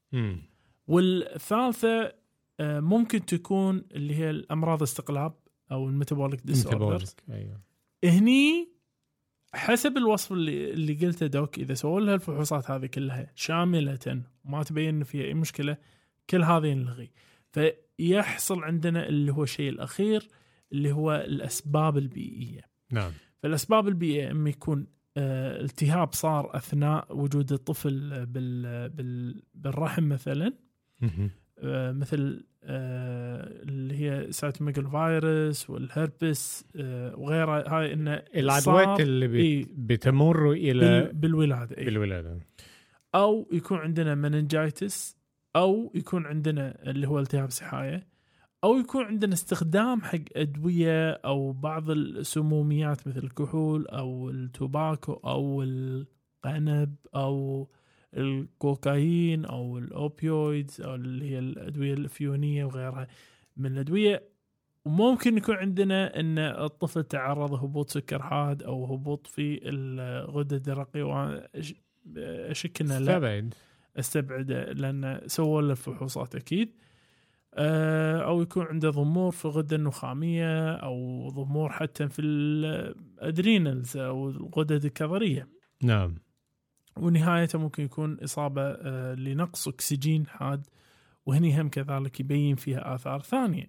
والثالثة ممكن تكون اللي هي الأمراض استقلاب أو الميتابوليك ديسوردرز. أيوة. هني حسب الوصف اللي قلته دوك، إذا سووا لها الفحوصات هذه كلها شاملة وما تبين فيها أي مشكلة، كل هذه نلغي. فيحصل عندنا اللي هو الشيء الأخير اللي هو الأسباب البيئية. نعم. فالأسباب البيئية إما يكون التهاب صار أثناء وجود الطفل بالرحم مثلا، مثل اللي هي سايتوميجال فيروس والهربس وغيرها، هاي إن العدوات اللي بتمر إلى بالولادة. أو يكون عندنا مننجايتس، أو يكون عندنا اللي هو التهاب سحاية، أو يكون عندنا استخدام حق أدوية أو بعض السموميات مثل الكحول أو التوباكو أو القنب أو الكوكايين أو الأوبيويدز أو اللي هي الأدوية الفيونية وغيرها من الأدوية. وممكن يكون عندنا أن الطفل تعرض هبوط سكر حاد أو هبوط في الغدة الدرقية، وأشكنا لا استبعد لأن سووا له الفحوصات أكيد. أو يكون عنده ضمور في الغدة النخامية أو ضمور حتى في الأدرينالز أو الغدة الكظرية. نعم. ونهايته ممكن يكون إصابة لنقص أكسجين حاد، وهني هم كذلك يبين فيها آثار ثانية.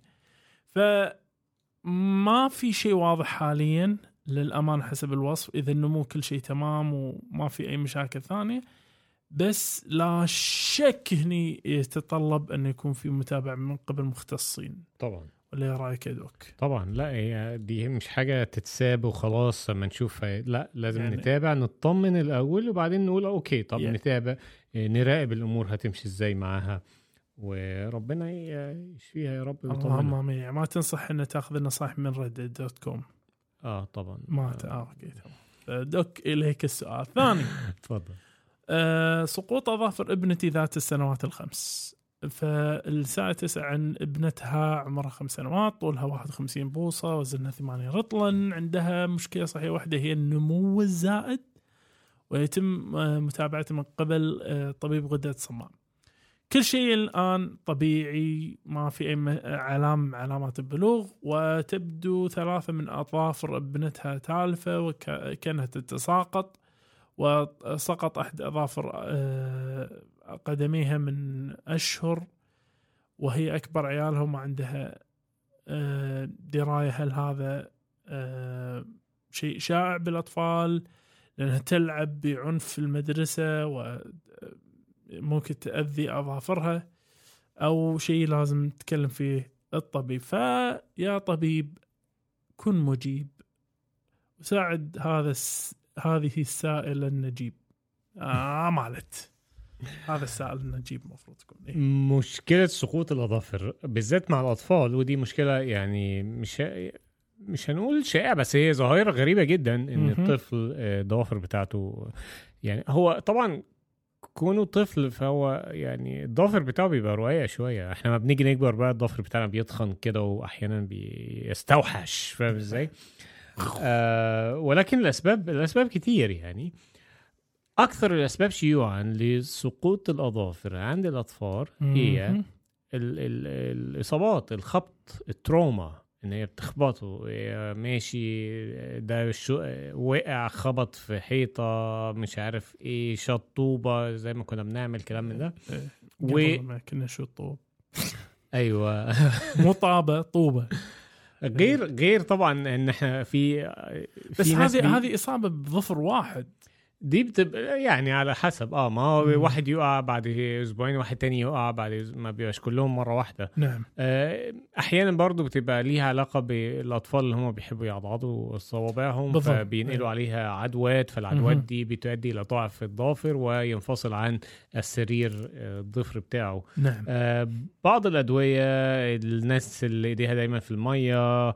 فما في شيء واضح حاليا للأمان حسب الوصف، إذا النمو كل شيء تمام وما في أي مشاكل ثانية، بس لا شك هني يتطلب أن يكون في متابعة من قبل مختصين. طبعا. ولا رأيك يا دوك؟ طبعا. لا هي دي مش حاجة تتساب وخلاص لما نشوف، لا لازم يعني نتابع نطمن الأول وبعدين نقول أوكي طب يعني نتابع نراقب الأمور هتمشي إزاي معاها، وربنا يشفيها يا رب ويطمنها. ما تنصح أن تأخذ النصائح من reddit.com؟ طبعا ما أوكي. دوك إليك السؤال الثاني. تفضل. سقوط أظافر ابنتي ذات السنوات الخمس. فالساعة تسأل عن ابنتها عمرها 5 سنوات، طولها 51 بوصة، وزنها 8 رطلا. عندها مشكلة صحية واحدة هي النمو الزائد، ويتم متابعته من قبل طبيب غدة صمام. كل شيء الآن طبيعي، ما في أي علامات البلوغ، وتبدو 3 من أظافر ابنتها تالفة وكانها تتساقط، وسقط أحد أظافر قدميها من أشهر، وهي أكبر عيالهم، وعندها دراية هل هذا شيء شائع بالأطفال، لأنها تلعب بعنف في المدرسة وممكن تأذي أظافرها، أو شيء لازم نتكلم فيه الطبيب. فيا طبيب كن مجيب وساعد هذه السائلة النجيب. مالت. هذا السؤال نجيب مفروض تكون إيه؟ مشكلة سقوط الأظافر بالذات مع الأطفال، ودي مشكلة يعني مش هنقول شائعة، بس هي ظاهرة غريبة جدا إن الطفل الضوافر بتاعته يعني هو طبعا كونه طفل فهو يعني الضافر بتاعه بيبقى رقيق شوية. احنا ما بنيجي نكبر بقى الضفر بتاعنا بيتخن كده وأحيانا بيستوحش، فاهم ازاي؟ ولكن الأسباب كتير يعني. أكثر الأسباب شيوعا لسقوط الأظافر عند الأطفال هي الإصابات، الخبط، التروما، إن هي بتخبطه ماشي ده وقع خبط في حيطة مش عارف إيه شطوبة زي ما كنا بنعمل كلام من ده. ما كنا شطوب أيوة مو طوبة. غير طبعا إن إحنا بس هذه إصابة بظفر واحد، دي بتبقى يعني على حسب ما هو واحد يقع بعد اسبوعين واحد تاني يقع بعد، ما بيبقاش كلهم مره واحده. نعم. احيانا برضو بتبقى ليها علاقه بالاطفال اللي هم بيحبوا يعضعضوا صوابعهم فبينقلوا عليها عدوات، فالعدوات دي بتؤدي الى ضعف في الضافر وينفصل عن السرير الضفر بتاعه. نعم. بعض الادويه، الناس اللي ايديها دايما في الميه،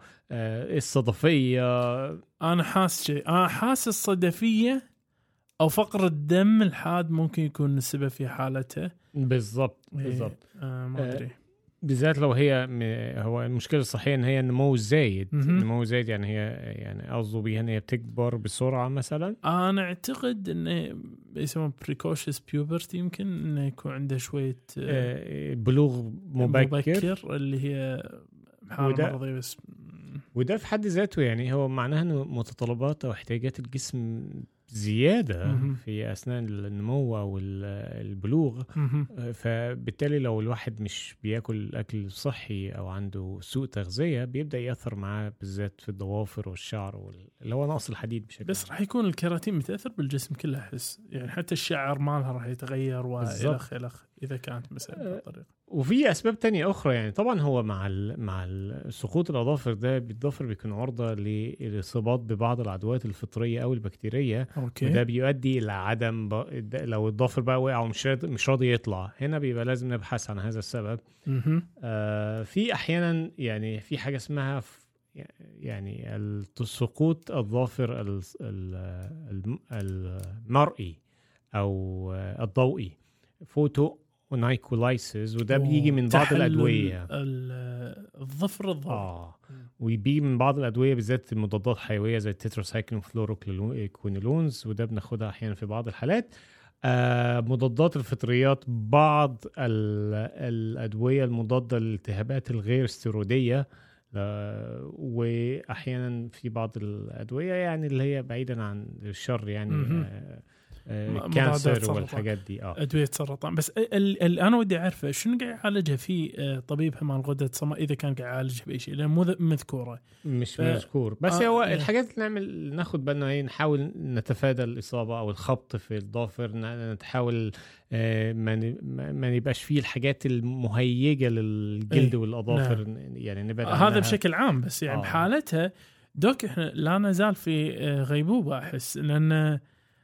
الصدفيه. انا حاسس الصدفيه أو فقر الدم الحاد ممكن يكون السبب في حالته. بالضبط. ما أدري. بالذات لو هي هو المشكلة الصحية إن هي النمو الزايد. النمو الزايد يعني هي يعني قصده بيها إن هي بتكبر بسرعة مثلا. أنا أعتقد إنه يسمونه precocious puberty، يمكن إنه يكون عنده شوية بلوغ مبكر اللي هي حالة مرضية. بس وده في حد ذاته يعني هو معناه إنه متطلبات أو احتياجات الجسم زيادة في أثناء النمو أو البلوغ. فبالتالي لو الواحد مش بيأكل أكل صحي أو عنده سوء تغذية بيبدأ يأثر معاه بالذات في الضوافر والشعر اللي هو نقص الحديد بشكل. بس راح يكون الكيراتين متأثر بالجسم كله أحس، يعني حتى الشعر مالها راح يتغير وإلخ إذا كانت مثلا بالطريقة. وفي أسباب تانية أخرى يعني طبعا هو مع سقوط الأظافر ده الضفر بيكون عرضة للإصابات ببعض العدوات الفطرية أو البكتيرية. وده بيؤدي إلى عدم لو الضفر بقى وقع ومش راضي يطلع، هنا بيبقى لازم نبحث عن هذا السبب. في أحيانا يعني في حاجة اسمها يعني سقوط الظافر المرئي أو الضوئي، فوتو ونايكولايسيس، وده بيجي من بعض الأدوية الظفر ويبيجي من بعض الأدوية بالذات المضادات الحيوية زي التتراسايكلين وفلوروكوينولونز، وده بناخدها أحيانا في بعض الحالات. مضادات الفطريات، بعض الأدوية المضادة للالتهابات الغير ستيرويدية، وأحيانا في بعض الأدوية يعني اللي هي بعيدا عن الشر يعني كانسر والحاجات دي أدوية سرطان. بس أنا ودي أعرفه شنو قاعد يعالجها في طبيب مال الغدة الصماء إذا كان قاعد يعالجها بأي شيء، لأن مو مذكورة مش مذكور. بس هو الحاجات اللي ناخد بالنا نحاول نتفادى الإصابة أو الخبط في الضافر، نحاول ما يبقاش فيه الحاجات المهيجة للجلد والأظافر. يعني نبعد عنها هذا بشكل عام. بس يعني بحالتها دوك إحنا لا نزال في غيبوبة أحس، لأن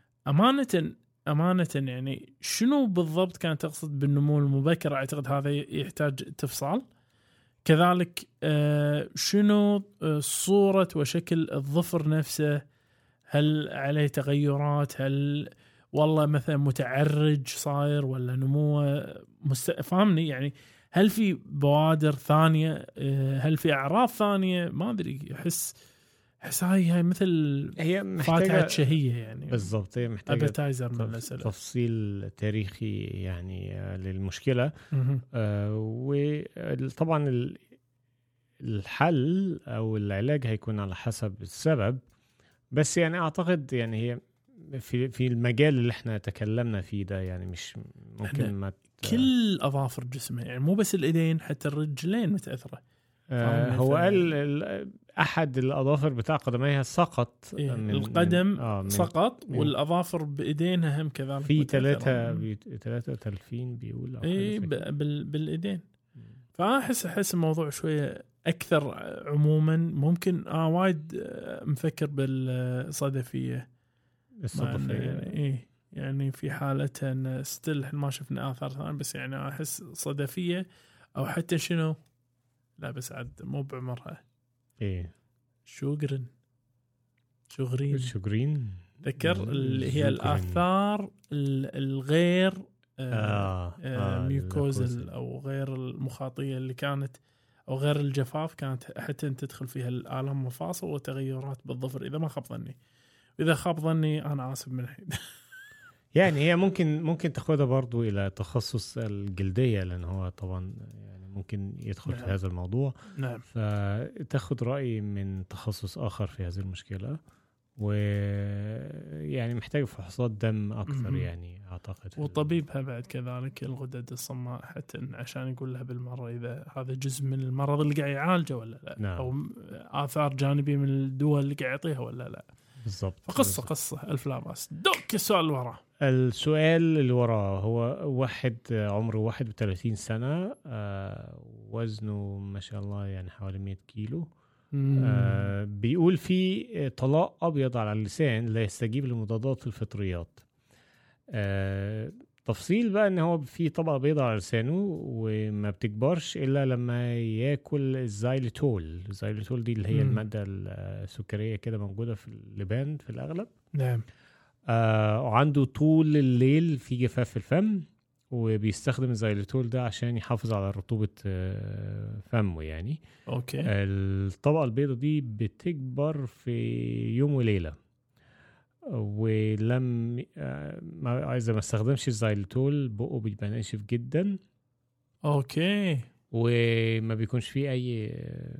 أمانة يعني شنو بالضبط كانت تقصد بالنمو المبكر؟ أعتقد هذا يحتاج تفصال. كذلك شنو صورة وشكل الظفر نفسه؟ هل عليه تغيرات؟ هل والله مثلا متعرج صاير ولا نمو فاهمني؟ يعني هل في بوادر ثانية؟ هل في أعراض ثانية؟ ما أدري. أحس هاي مثل هي فاتحة شهية يعني. بالضبط، هي محتاجة تفصيل تاريخي يعني للمشكلة. وطبعا الحل أو العلاج هيكون على حسب السبب. بس يعني أعتقد يعني هي في المجال اللي احنا تكلمنا فيه ده يعني مش ممكن ما كل أظافر جسمه يعني مو بس الإيدين، حتى الرجلين متأثرة. هو قال أحد الأظافر بتاع قدميها سقط. من القدم سقط، والأظافر بإيدينها هم كذلك. في 3 تلفين بيقول بالإيدين. فأحس الموضوع شوية أكثر عموما. ممكن وايد مفكر بالصدفية يعني يعني في حالتها ان ستيل ما شفنا اثار ثانيه، بس يعني احس صدفيه او حتى شنو، لا بس عاد مو بعمرها. ايه شوغرين ذكر اللي هي الآثار الغير ميوكوزل أو غير المخاطية اللي كانت، أو غير الجفاف، كانت حتى تدخل فيها الآلام مفاصل وتغيرات بالظفر إذا ما خاب ظني. إذا خاب ظني أنا آسف من الحين. يعني هي ممكن تاخدها برضو إلى تخصص الجلدية، لأن هو طبعا يعني ممكن يدخل في هذا الموضوع. نعم. فتاخد رأي من تخصص آخر في هذه المشكلة، ويعني محتاج فحوصات دم أكثر يعني أعتقد. وطبيبها بعد كذلك الغدد الصماء حتى عشان يقول لها بالمرة إذا هذا جزء من المرض اللي قاعد يعالجه ولا لا. نعم. أو آثار جانبية من الدول اللي قاعد يعطيها ولا لا. بالضبط. قصة ألف لا بأس. دوك السؤال اللي وراه. السؤال اللي وراه هو واحد عمره 31 سنة، وزنه ما شاء الله يعني حوالي 100 كيلو. بيقول في طلاق أبيض على اللسان لا يستجيب لمضادات الفطريات. تفصيل بقى ان هو في طبقة بيضاء على لسانه وما بتكبرش إلا لما ياكل الزايلتول دي اللي هي المادة السكرية كده موجودة في اللبان في الأغلب. نعم. وعنده طول الليل في جفاف في الفم، وبيستخدم الزايلتول ده عشان يحافظ على رطوبة فمه يعني. أوكي. الطبقة البيضاء دي بتكبر في يوم وليلة، ولم إذا ما استخدمش الزايلتول بقه بيبقى ناشف جدا. أوكي. وما بيكونش فيه أي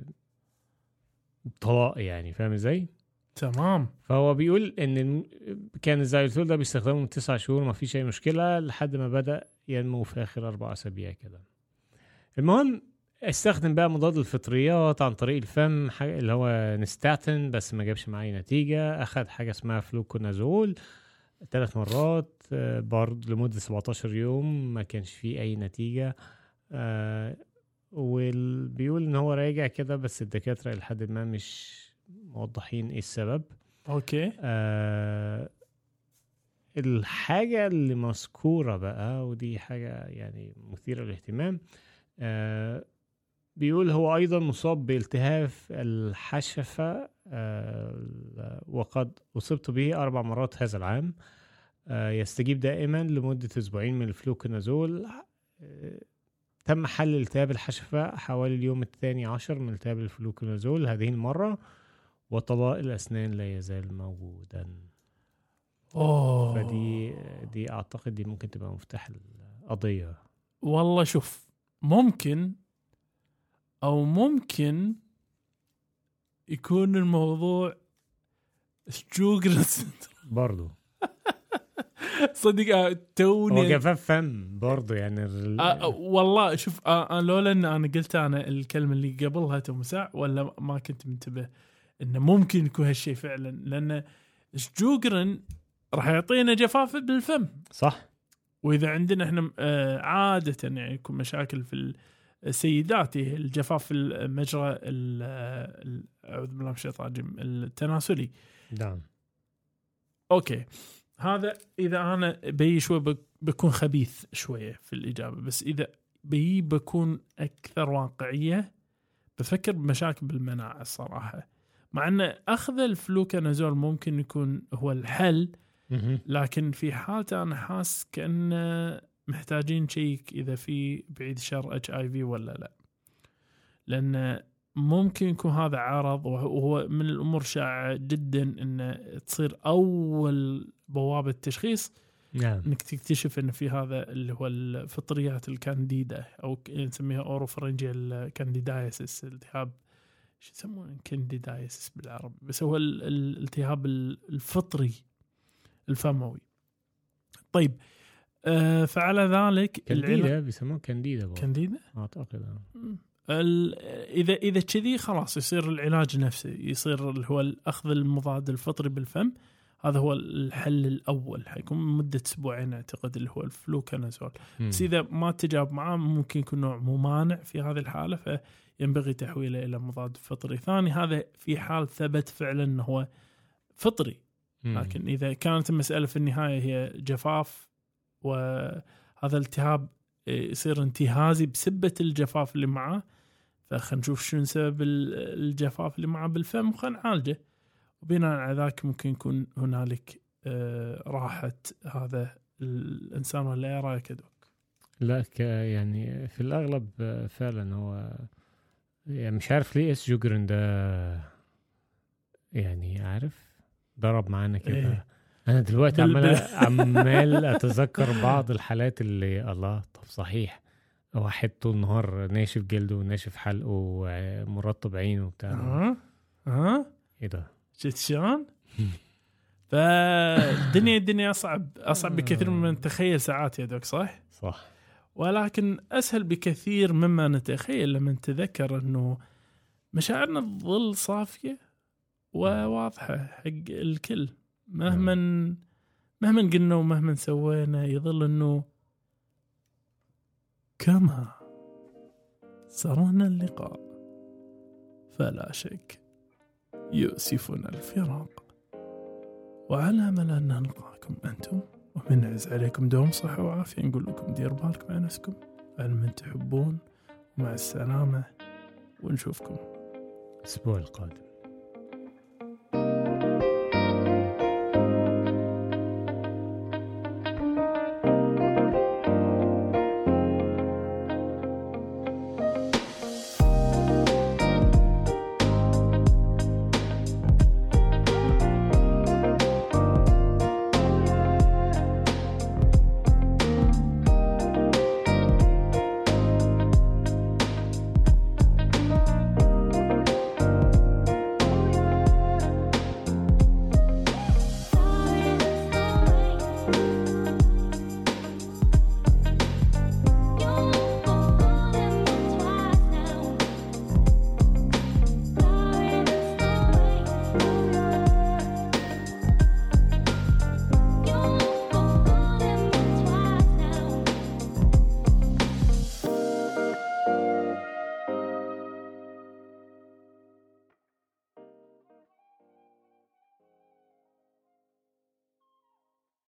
طلاق يعني، فاهم ازاي؟ تمام. فهو بيقول ان كان الزايلتول ده بيستخدمه من 9 شهور ما فيش اي مشكله، لحد ما بدأ ينمو في اخر 4 أسابيع كده. المهم استخدم بقى مضاد الفطريات عن طريق الفم، اللي هو نستاتين، بس ما جابش معايا نتيجه. اخد حاجه اسمها فلوكونازول 3 مرات برضه لمده 17 يوم، ما كانش فيه اي نتيجه. وبيقول ان هو راجع كده، بس الدكاتره لحد ما مش موضحين ايه السبب. اوكي. الحاجة اللي مذكورة بقى، ودي حاجة يعني مثيرة للاهتمام، بيقول هو ايضا مصاب بالتهاب الحشفة، وقد اصبت به 4 مرات هذا العام. يستجيب دائما لمدة 2 أسبوع من الفلوكونازول. تم حل التهاب الحشفة حوالي اليوم 12 من التهاب الفلوكونازول هذه المرة، وطلاء الأسنان لا يزال موجودا. فدي أعتقد دي ممكن تبقى مفتاح القضية. والله شوف، ممكن يكون الموضوع شوغرز برضو. صدق توني هو جفاف فم برضو يعني والله شوف، لولا ان انا قلت انا الكلمة اللي قبلها تمسع ولا ما كنت منتبه انه ممكن يكون هالشيء فعلا، لان شجوجرن راح يعطينا جفاف بالفم. صح. واذا عندنا احنا عادة يعني يكون مشاكل في السيدات، الجفاف في المجرى اعوذ بالله من الشيطان الرجيم التناسلي. نعم. اوكي، هذا اذا انا بي شوي بكون خبيث شوية في الإجابة، بس اذا بكون اكثر واقعية بفكر بمشاكل بالمناعة الصراحة. مع أن أخذ الفلوكونازول ممكن يكون هو الحل، لكن في حالته أنا حاس كأن محتاجين شيك إذا في بعيد الشر HIV ولا لا، لأن ممكن يكون هذا عرض، وهو من الأمور شائعة جدا أن تصير أول بوابة تشخيص. نعم. انك تكتشف ان في هذا اللي هو الفطريات الكانديدا، او نسميها اوروفرنجيال كانديدايسيس، التهاب شو يسمونه كانديدايسيس بالعربي، بس هو الالتهاب الفطري الفموي. طيب فعلى ذلك كانديدا بيسموه كانديدا اعتقد. اذا كذي خلاص يصير العلاج نفسه، يصير اللي هو الاخذ المضاد الفطري بالفم. هذا هو الحل الأول، حيكون مدة 2 أسبوع أعتقد اللي هو الفلوكونازول. بس إذا ما تجاب معاه ممكن يكون نوع ممانع في هذه الحالة، فينبغي تحويله إلى مضاد فطري ثاني. هذا في حال ثبت فعلا أنه هو فطري، لكن إذا كانت المسألة في النهاية هي جفاف وهذا الالتهاب يصير انتهازي بسبة الجفاف اللي معه، فخلنا نشوف شنو سبب الجفاف اللي معه بالفم وخلنا نعالجه، وبناء على ذلك ممكن يكون هنالك راحة هذا الإنسان. ولا إيه رأيك يا دوك؟ لا يعني في الأغلب فعلا هو يعني مش عارف ليه إس جوجرن ده يعني عارف ضرب معانا كده. إيه. أنا دلوقتي عمال أتذكر بعض الحالات اللي الله طب صحيح واحد طول نهار ناشف جلده وناشف حلقه ومرطب عينه وبتاع. إيه ده؟ شفت شلون؟ فالدنيا أصعب بكثير مما نتخيل ساعات يا دوك، صح؟ صح. ولكن أسهل بكثير مما نتخيل لما نتذكر أنه مشاعرنا تظل صافية وواضحة حق الكل، مهما قلنا ومهما سوينا يظل أنه كما سرنا اللقاء فلا شك يؤسفنا الفراق، وعلى أمل أن نلقاكم أنتم ومنعز عليكم دوم صحة وعافية. نقول لكم دير بالكم على نفسكم، على من تحبون، ومع السلامة، ونشوفكم الأسبوع القادم.